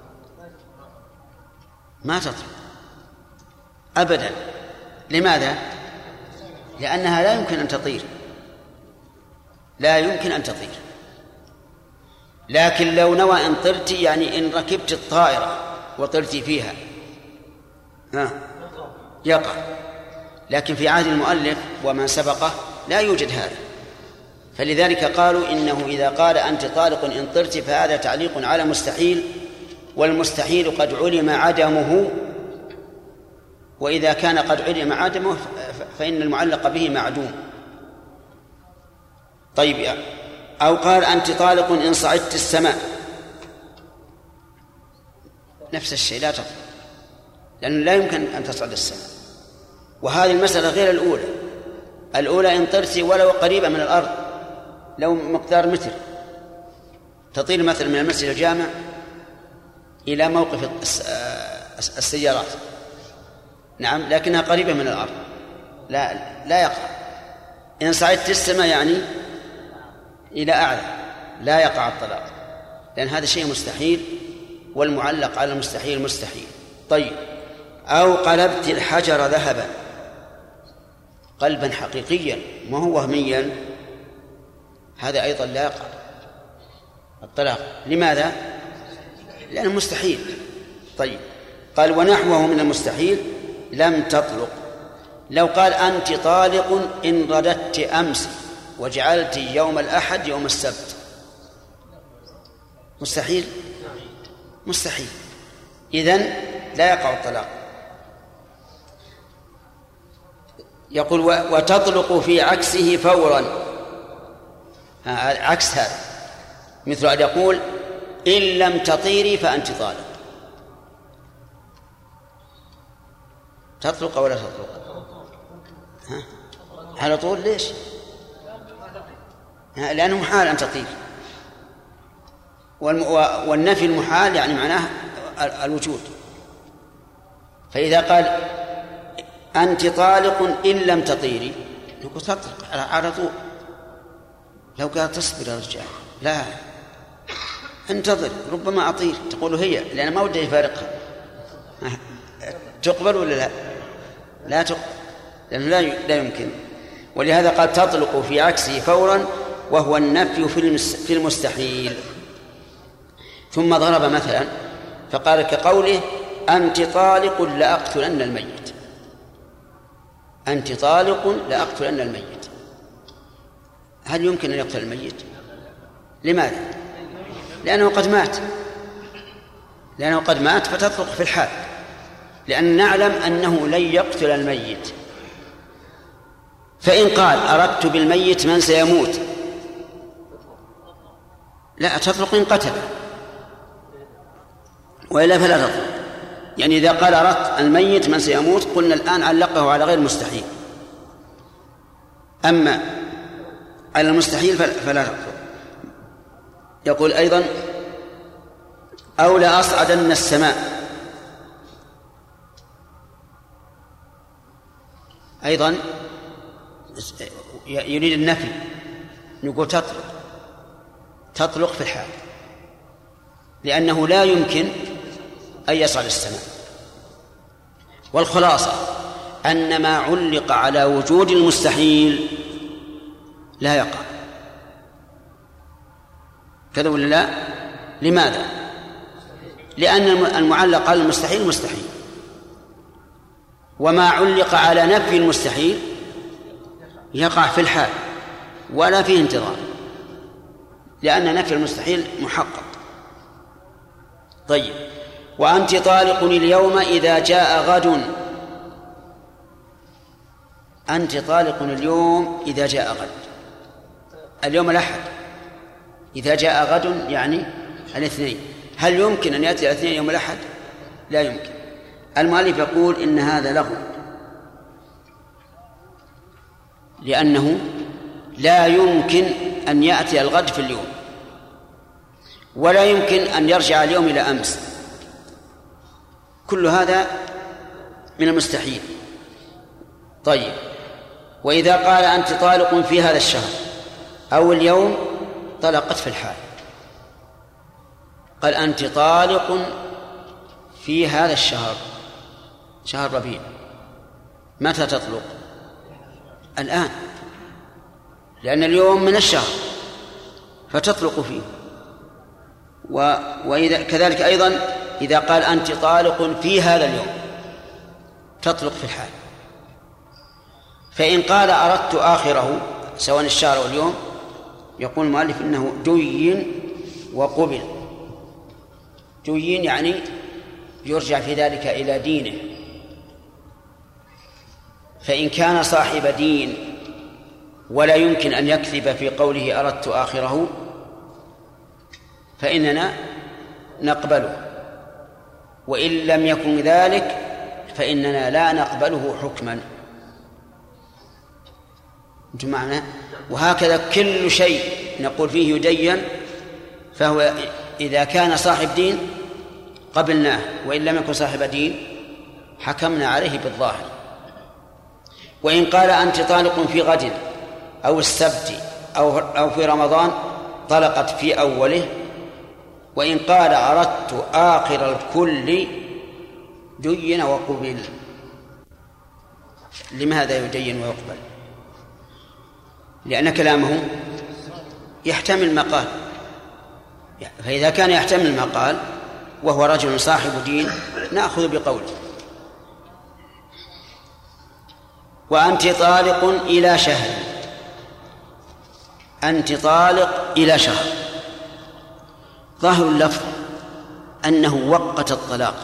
ما تطلق أبدا. لماذا؟ لأنها لا يمكن أن تطير، لا يمكن أن تطير. لكن لو نوى إن طرت يعني إن ركبت الطائرة وطرت فيها يقع. لكن في عهد المؤلف ومن سبقه لا يوجد هذا، فلذلك قالوا إنه إذا قال أنت طالق إن طرت فهذا تعليق على مستحيل، والمستحيل قد علم عدمه، وإذا كان قد علم عدمه فإن المعلق به معدوم. طيب، أو قال أنت طالق إن صعدت السماء، نفس الشيء لا تطلق، لأنه لا يمكن أن تصعد السماء، وهذه المسألة غير الأولى. الأولى إن طرت ولو قريبة من الأرض، لو مقدار متر، تطير مثلا من المسجد الجامع إلى موقف السيارات، نعم، لكنها قريبة من الأرض، لا يقع. إن صعدت السماء يعني إلى أعلى لا يقع الطلاق، لأن هذا شيء مستحيل، والمعلق على المستحيل مستحيل. طيب، أو قلبت الحجر ذهبا، قلبا حقيقيا ما هو وهميا، هذا أيضا لا يقع الطلاق. لماذا؟ لأنه مستحيل. طيب، قال ونحوه من المستحيل لم تطلق. لو قال أنت طالق إن رددت أمس وجعلت يوم الأحد يوم السبت، مستحيل، مستحيل، إذن لا يقع الطلاق. يقول وتطلق في عكسه فورا، عكس هذا، مثل أن يقول إن لم تطيري فأنت طالق. تطلق ولا تطلق؟ على طول. ليش؟ لأنه محال أن تطير، والنفي المحال يعني معناه الوجود. فإذا قال أنت طالق إن لم تطيري، نقول تطلق على طول. لو قال تصبر يا رجال، لا، انتظر ربما أطير، تقول هي، لأن ما ودي يفارقها. تقبل ولا لا؟ لا تقبل، لأنه لا يمكن. ولهذا قال تطلق في عكسه فورا، وهو النفي في المستحيل. ثم ضرب مثلا فقال كقوله أنت طالق لأقتلن الميت، أنت طالق لأقتلن الميت. هل يمكن أن يقتل الميت؟ لماذا؟ لأنه قد مات، فتطلق في الحال، لأن نعلم أنه لن يقتل الميت. فإن قال أردت بالميت من سيموت، لا تطلق إن قتل، وإلا فلا تطلق. يعني إذا قال أردت الميت من سيموت، قلنا الآن علقه على غير المستحيل، أما على المستحيل فلا تطلق. يقول أيضا أو لأصعدن السماء، أيضا يريد النفي، نقول تطلق في الحال، لأنه لا يمكن أن يصعد السماء. والخلاصة أن ما علق على وجود المستحيل لا يقع، كذا ولا لا؟ لماذا؟ لأن المعلق على المستحيل مستحيل، وما علق على نفي المستحيل يقع في الحال ولا فيه انتظار، لأن نفي المستحيل محقق. طيب، وأنت طالق اليوم إذا جاء غد، أنت طالق اليوم إذا جاء غد، اليوم الأحد، إذا جاء غد يعني الاثنين. هل يمكن أن يأتي الاثنين يوم الأحد؟ لا يمكن. المؤلف يقول إن هذا لغو، لأنه لا يمكن أن يأتي الغد في اليوم، ولا يمكن أن يرجع اليوم إلى أمس، كل هذا من المستحيل. طيب، وإذا قال أنت طالق في هذا الشهر أو اليوم، طلقت في الحال. قال أنت طالق في هذا الشهر، شهر ربيع، متى تطلق؟ الآن، لأن اليوم من الشهر فتطلق فيه. وإذا كذلك أيضا إذا قال أنت طالق في هذا اليوم، تطلق في الحال. فإن قال أردت آخره سواء الشهر أو اليوم، يقول المؤلف إنه دين وقبل. دين يعني يرجع في ذلك إلى دينه، فإن كان صاحب دين ولا يمكن أن يكذب في قوله أردت آخره فإننا نقبله، وإن لم يكن ذلك فإننا لا نقبله حكما. أنتم معنا؟ وهكذا كل شيء نقول فيه يدين فهو إذا كان صاحب دين قبلناه، وإن لم يكن صاحب دين حكمنا عليه بالظاهر. وإن قال أنت طالق في غد أو السبت أو في رمضان طلقت في أوله. وإن قال أردت آخر الكل دين وقبل. لماذا يدين ويقبل؟ لأن كلامه يحتمل مقال، فإذا كان يحتمل مقال وهو رجل صاحب دين نأخذ بقوله. وأنت طالق إلى شهر، أنت طالق إلى شهر، ظاهر اللفظ أنه وقت الطلاق،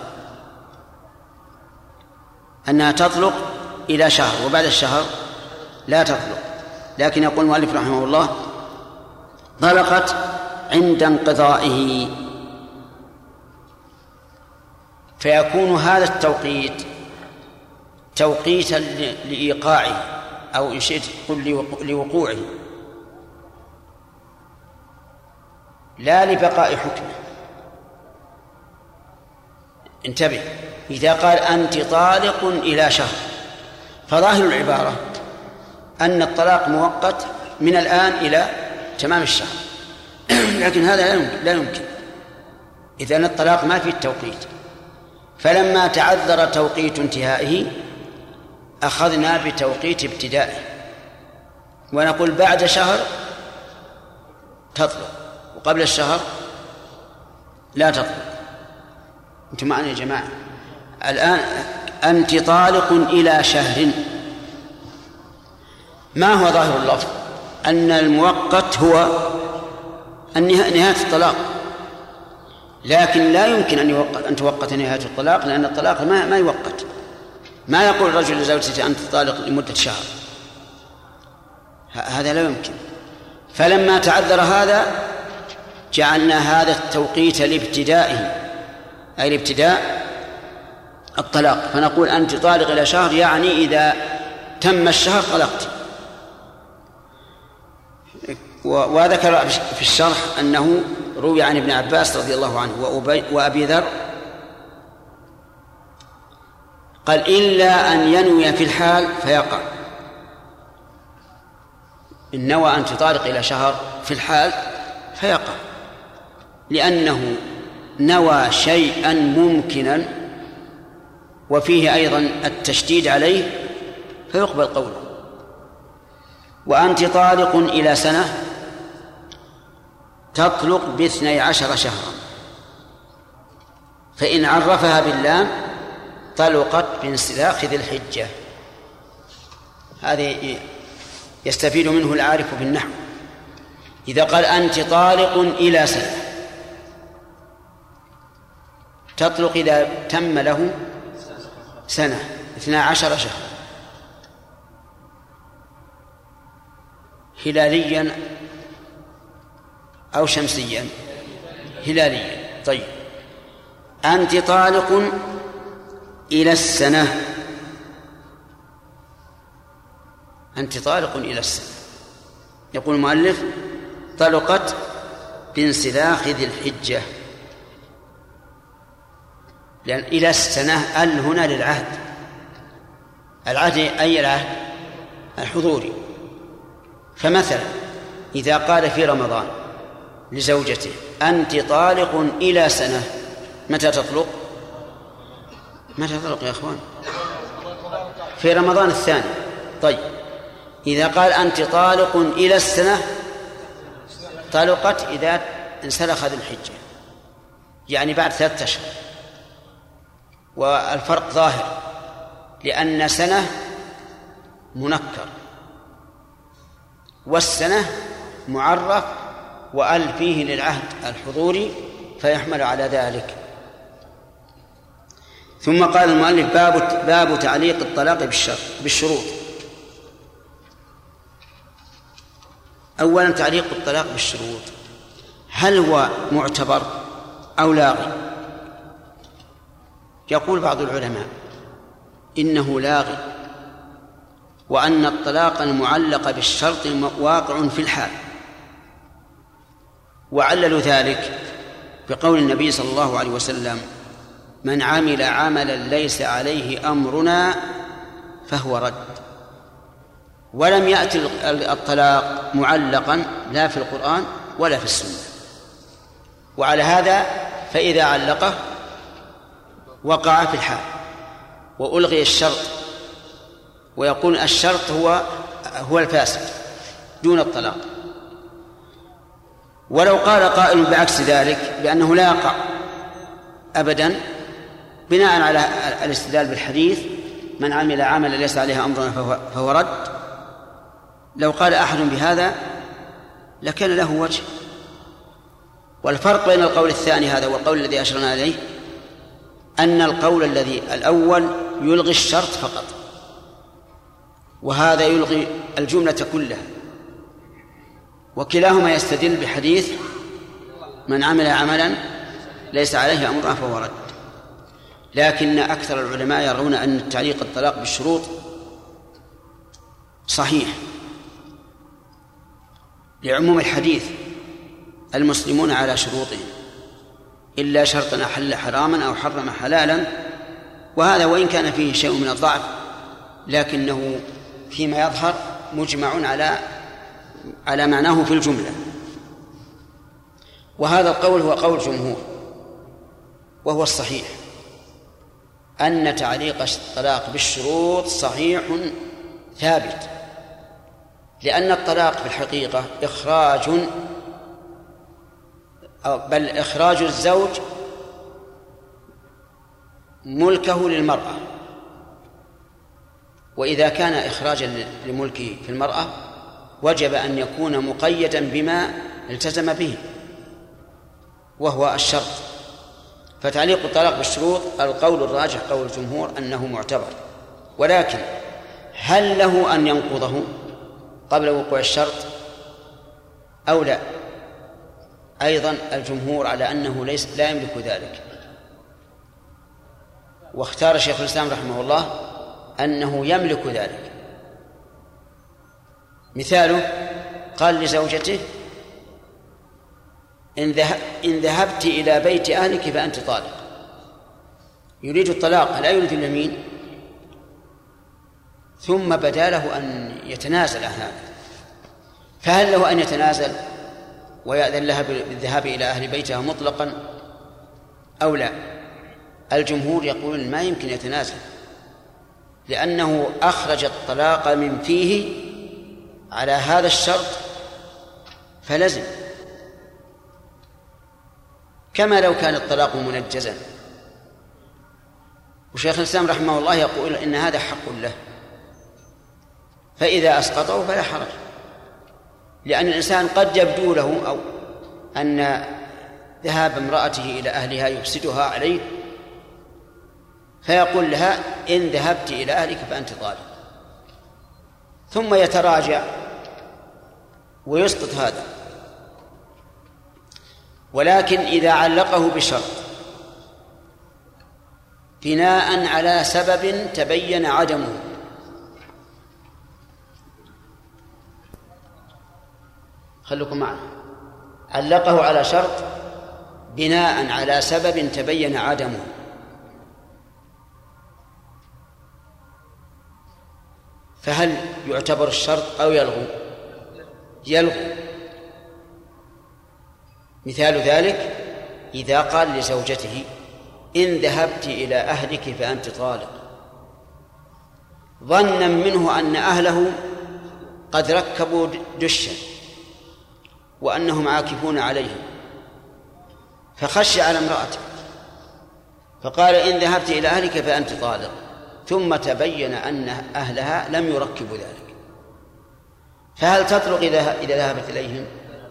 أنها تطلق إلى شهر وبعد الشهر لا تطلق. لكن يقول المؤلف رحمه الله طلقت عند انقضائه، فيكون هذا التوقيت توقيتا لإيقاعه أو إن شئت قل لوقوعه لا لبقاء حكمه. انتبه، إذا قال أنت طالق إلى شهر فظاهر العبارة أن الطلاق مؤقت من الآن إلى تمام الشهر، لكن هذا لا يمكن. إذن الطلاق ما فيه التوقيت، فلما تعذر توقيت انتهائه أخذنا بتوقيت ابتدائه ونقول بعد شهر تطلق وقبل الشهر لا تطلق. أنتم معنا يا جماعة؟ الآن أنت طالق إلى شهر، ما هو ظاهر اللفظ؟ أن المؤقت هو نهاية الطلاق، لكن لا يمكن أن توقت نهاية الطلاق، لأن الطلاق ما يوقت. ما يقول الرجل لزوجته أنت طالق لمدة شهر، هذا لا يمكن. فلما تعذر هذا جعلنا هذا التوقيت لابتدائه، أي لابتداء الطلاق، فنقول أنت طالق إلى شهر، يعني إذا تم الشهر طلقت. وذكر في الشرح أنه روي عن ابن عباس رضي الله عنه وأبي ذر قال إلا أن ينوي في الحال فيقع. إن نوى أن تطالق إلى شهر في الحال فيقع، لأنه نوى شيئا ممكنا وفيه أيضا التشديد عليه فيقبل قوله. وأنت طالق إلى سنة تطلق ب12 شهرا، فإن عرفها باللام طلقت بانسلاخ ذي الحجة. هذه يستفيد منه العارف بالنحو. إذا قال أنت طالق إلى سنة تطلق إذا تم له سنة 12 شهرا هلاليا أو شمسيا. هلاليا. طيب، أنت طالق إلى السنة، أنت طالق إلى السنة، يقول المؤلف طلقت بانسلاخ ذي الحجة، لأن إلى السنة ال هنا للعهد. العهد أي العهد؟ الحضوري. فمثلا إذا قال في رمضان لزوجته أنت طالق إلى سنة، متى تطلق؟ متى تطلق يا أخوان؟ في رمضان الثاني. طيب، إذا قال أنت طالق إلى السنة طلقت إذا انسلخ ذي الحجة، يعني بعد 3 أشهر. والفرق ظاهر، لأن سنة منكر والسنة معرف وأل فيه للعهد الحضوري فيحمل على ذلك. ثم قال المؤلف باب تعليق الطلاق بالشروط. أولا تعليق الطلاق بالشروط هل هو معتبر أو لاغي؟ يقول بعض العلماء إنه لاغي، وأن الطلاق المعلق بالشرط واقع في الحال. وعللوا ذلك بقول النبي صلى الله عليه وسلم: من عمل عملا ليس عليه أمرنا فهو رد. ولم يأتي الطلاق معلقا لا في القرآن ولا في السنة، وعلى هذا فإذا علقه وقع في الحال وألغي الشرط، ويقول الشرط هو الفاسد دون الطلاق. ولو قال قائل بعكس ذلك بأنه لا يقع أبدا بناء على الاستدلال بالحديث: من عمل عملا ليس عليه أمرنا فهو رد، لو قال أحد بهذا لكان له وجه. والفرق بين القول الثاني هذا والقول الذي أشرنا إليه أن القول الأول يلغي الشرط فقط، وهذا يلغي الجملة كلها، وكلاهما يستدل بحديث: من عمل عملا ليس عليه أمرنا فهو رد. لكن أكثر العلماء يرون أن تعليق الطلاق بالشروط صحيح لعموم الحديث: المسلمون على شروطهم إلا شرطا أحل حراما أو حرم حلالا. وهذا وإن كان فيه شيء من الضعف لكنه فيما يظهر مجمع على معناه في الجملة. وهذا القول هو قول جمهور، وهو الصحيح أن تعليق الطلاق بالشروط صحيح ثابت، لأن الطلاق في الحقيقة إخراج الزوج ملكه للمرأة، وإذا كان إخراجا لملكه في المرأة وجب أن يكون مقيدا بما التزم به وهو الشرط. فتعليق الطلاق بالشروط القول الراجح قول الجمهور أنه معتبر، ولكن هل له أن ينقضه قبل وقوع الشرط أو لا؟ أيضا الجمهور على أنه لا يملك ذلك، واختار شيخ الإسلام رحمه الله أنه يملك ذلك. مثاله قال لزوجته: إن ذهبت إلى بيت أهلك فأنت طالق. يريد الطلاق لا يريد اليمين، ثم بدا له أن يتنازل عن هذا، فهل له أن يتنازل ويأذن لها بالذهاب إلى أهل بيتها مطلقا أو لا؟ الجمهور يقولون ما يمكن يتنازل، لأنه أخرج الطلاق من فيه على هذا الشرط فلزم، كما لو كان الطلاق منجزا. وشيخ الإسلام رحمه الله يقول إن هذا حق له، فإذا أسقطه فلا حرج، لأن الإنسان قد يبدو له أو أن ذهاب امرأته إلى أهلها يفسدها عليه، فيقول لها: إن ذهبت إلى أهلك فأنت طالق، ثم يتراجع ويسقط هذا. ولكن إذا علقه بشرط بناء على سبب تبين عدمه، خلوكم معنا، علقه على شرط بناء على سبب تبين عدمه، فهل يعتبر الشرط أو يلغو؟ مثال ذلك إذا قال لزوجته: إن ذهبت إلى أهلك فأنت طالق، ظنا منه أن أهله قد ركبوا دشا وأنهم عاكفون عليه، فخشي على امرأته فقال: إن ذهبت إلى أهلك فأنت طالق، ثم تبين أن أهلها لم يركبوا ذلك، فهل تطلق إذا ذهبت إليهم؟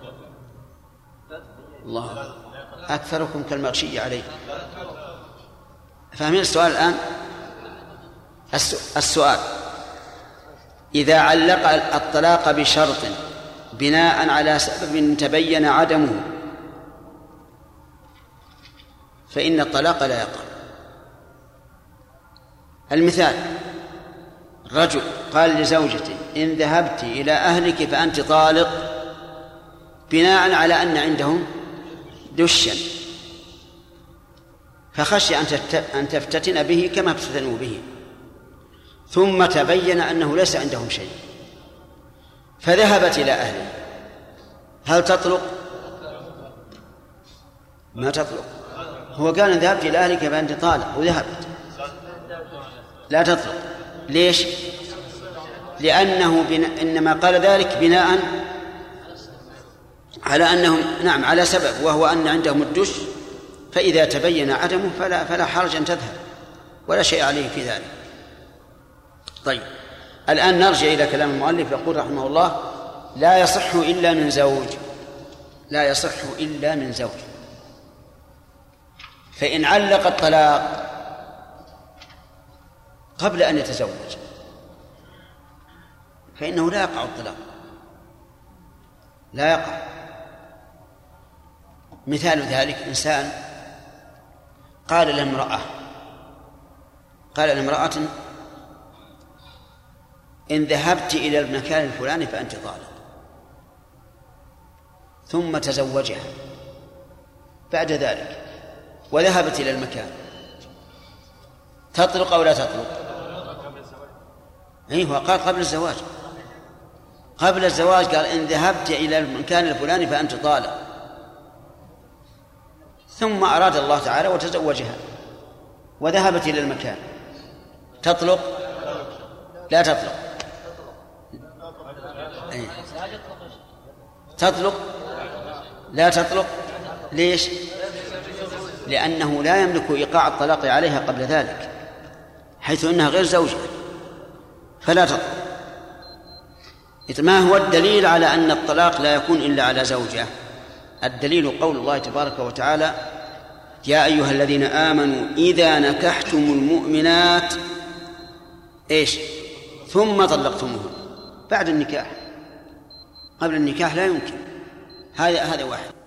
الله أكثركم كالمغشي عليه. فاهمين السؤال الآن؟ السؤال: إذا علق الطلاق بشرط بناء على سبب تبين عدمه فإن الطلاق لا يقع. المثال: رجل قال لزوجته إن ذهبت إلى أهلك فأنت طالق، بناء على أن عندهم دشا، فخشي أن تفتتن به كما افتتنوا به، ثم تبين أنه ليس عندهم شيء فذهبت إلى أهله، هل تطلق؟ ما تطلق. هو قال إن ذهبت إلى أهلك فأنت طالق وذهبت، لا تطلق. ليش؟ لأنه إنما قال ذلك بناء على أنهم نعم على سبب، وهو أن عندهم الدش، فإذا تبين عدمه فلا حرج أن تذهب ولا شيء عليه في ذلك. طيب، الآن نرجع إلى كلام المؤلف. يقول رحمه الله لا يصح إلا من زوج، لا يصح إلا من زوج. فإن علق الطلاق قبل أن يتزوج فإنه لا يقع الطلاق، لا يقع. مثال ذلك إنسان قال لامرأة إن ذهبت إلى المكان الفلاني فأنت طالق، ثم تزوجها بعد ذلك وذهبت إلى المكان، تطلق أو لا تطلق؟ أيوة، قال قبل الزواج. قبل الزواج قال إن ذهبت إلى المكان الفلاني فأنت طالق، ثم أراد الله تعالى وتزوجها وذهبت إلى المكان، تطلق؟ لا تطلق. أي. تطلق؟ لا تطلق. ليش؟ لأنه لا يملك إيقاع الطلاق عليها قبل ذلك، حيث أنها غير زوجة، فلا تطلق. ما هو الدليل على أن الطلاق لا يكون إلا على زوجة؟ الدليل قول الله تبارك وتعالى يا أيها الذين آمنوا إذا نكحتم المؤمنات إيش ثم طلقتموهن بعد النكاح. قبل النكاح لا يمكن. هذا واحد.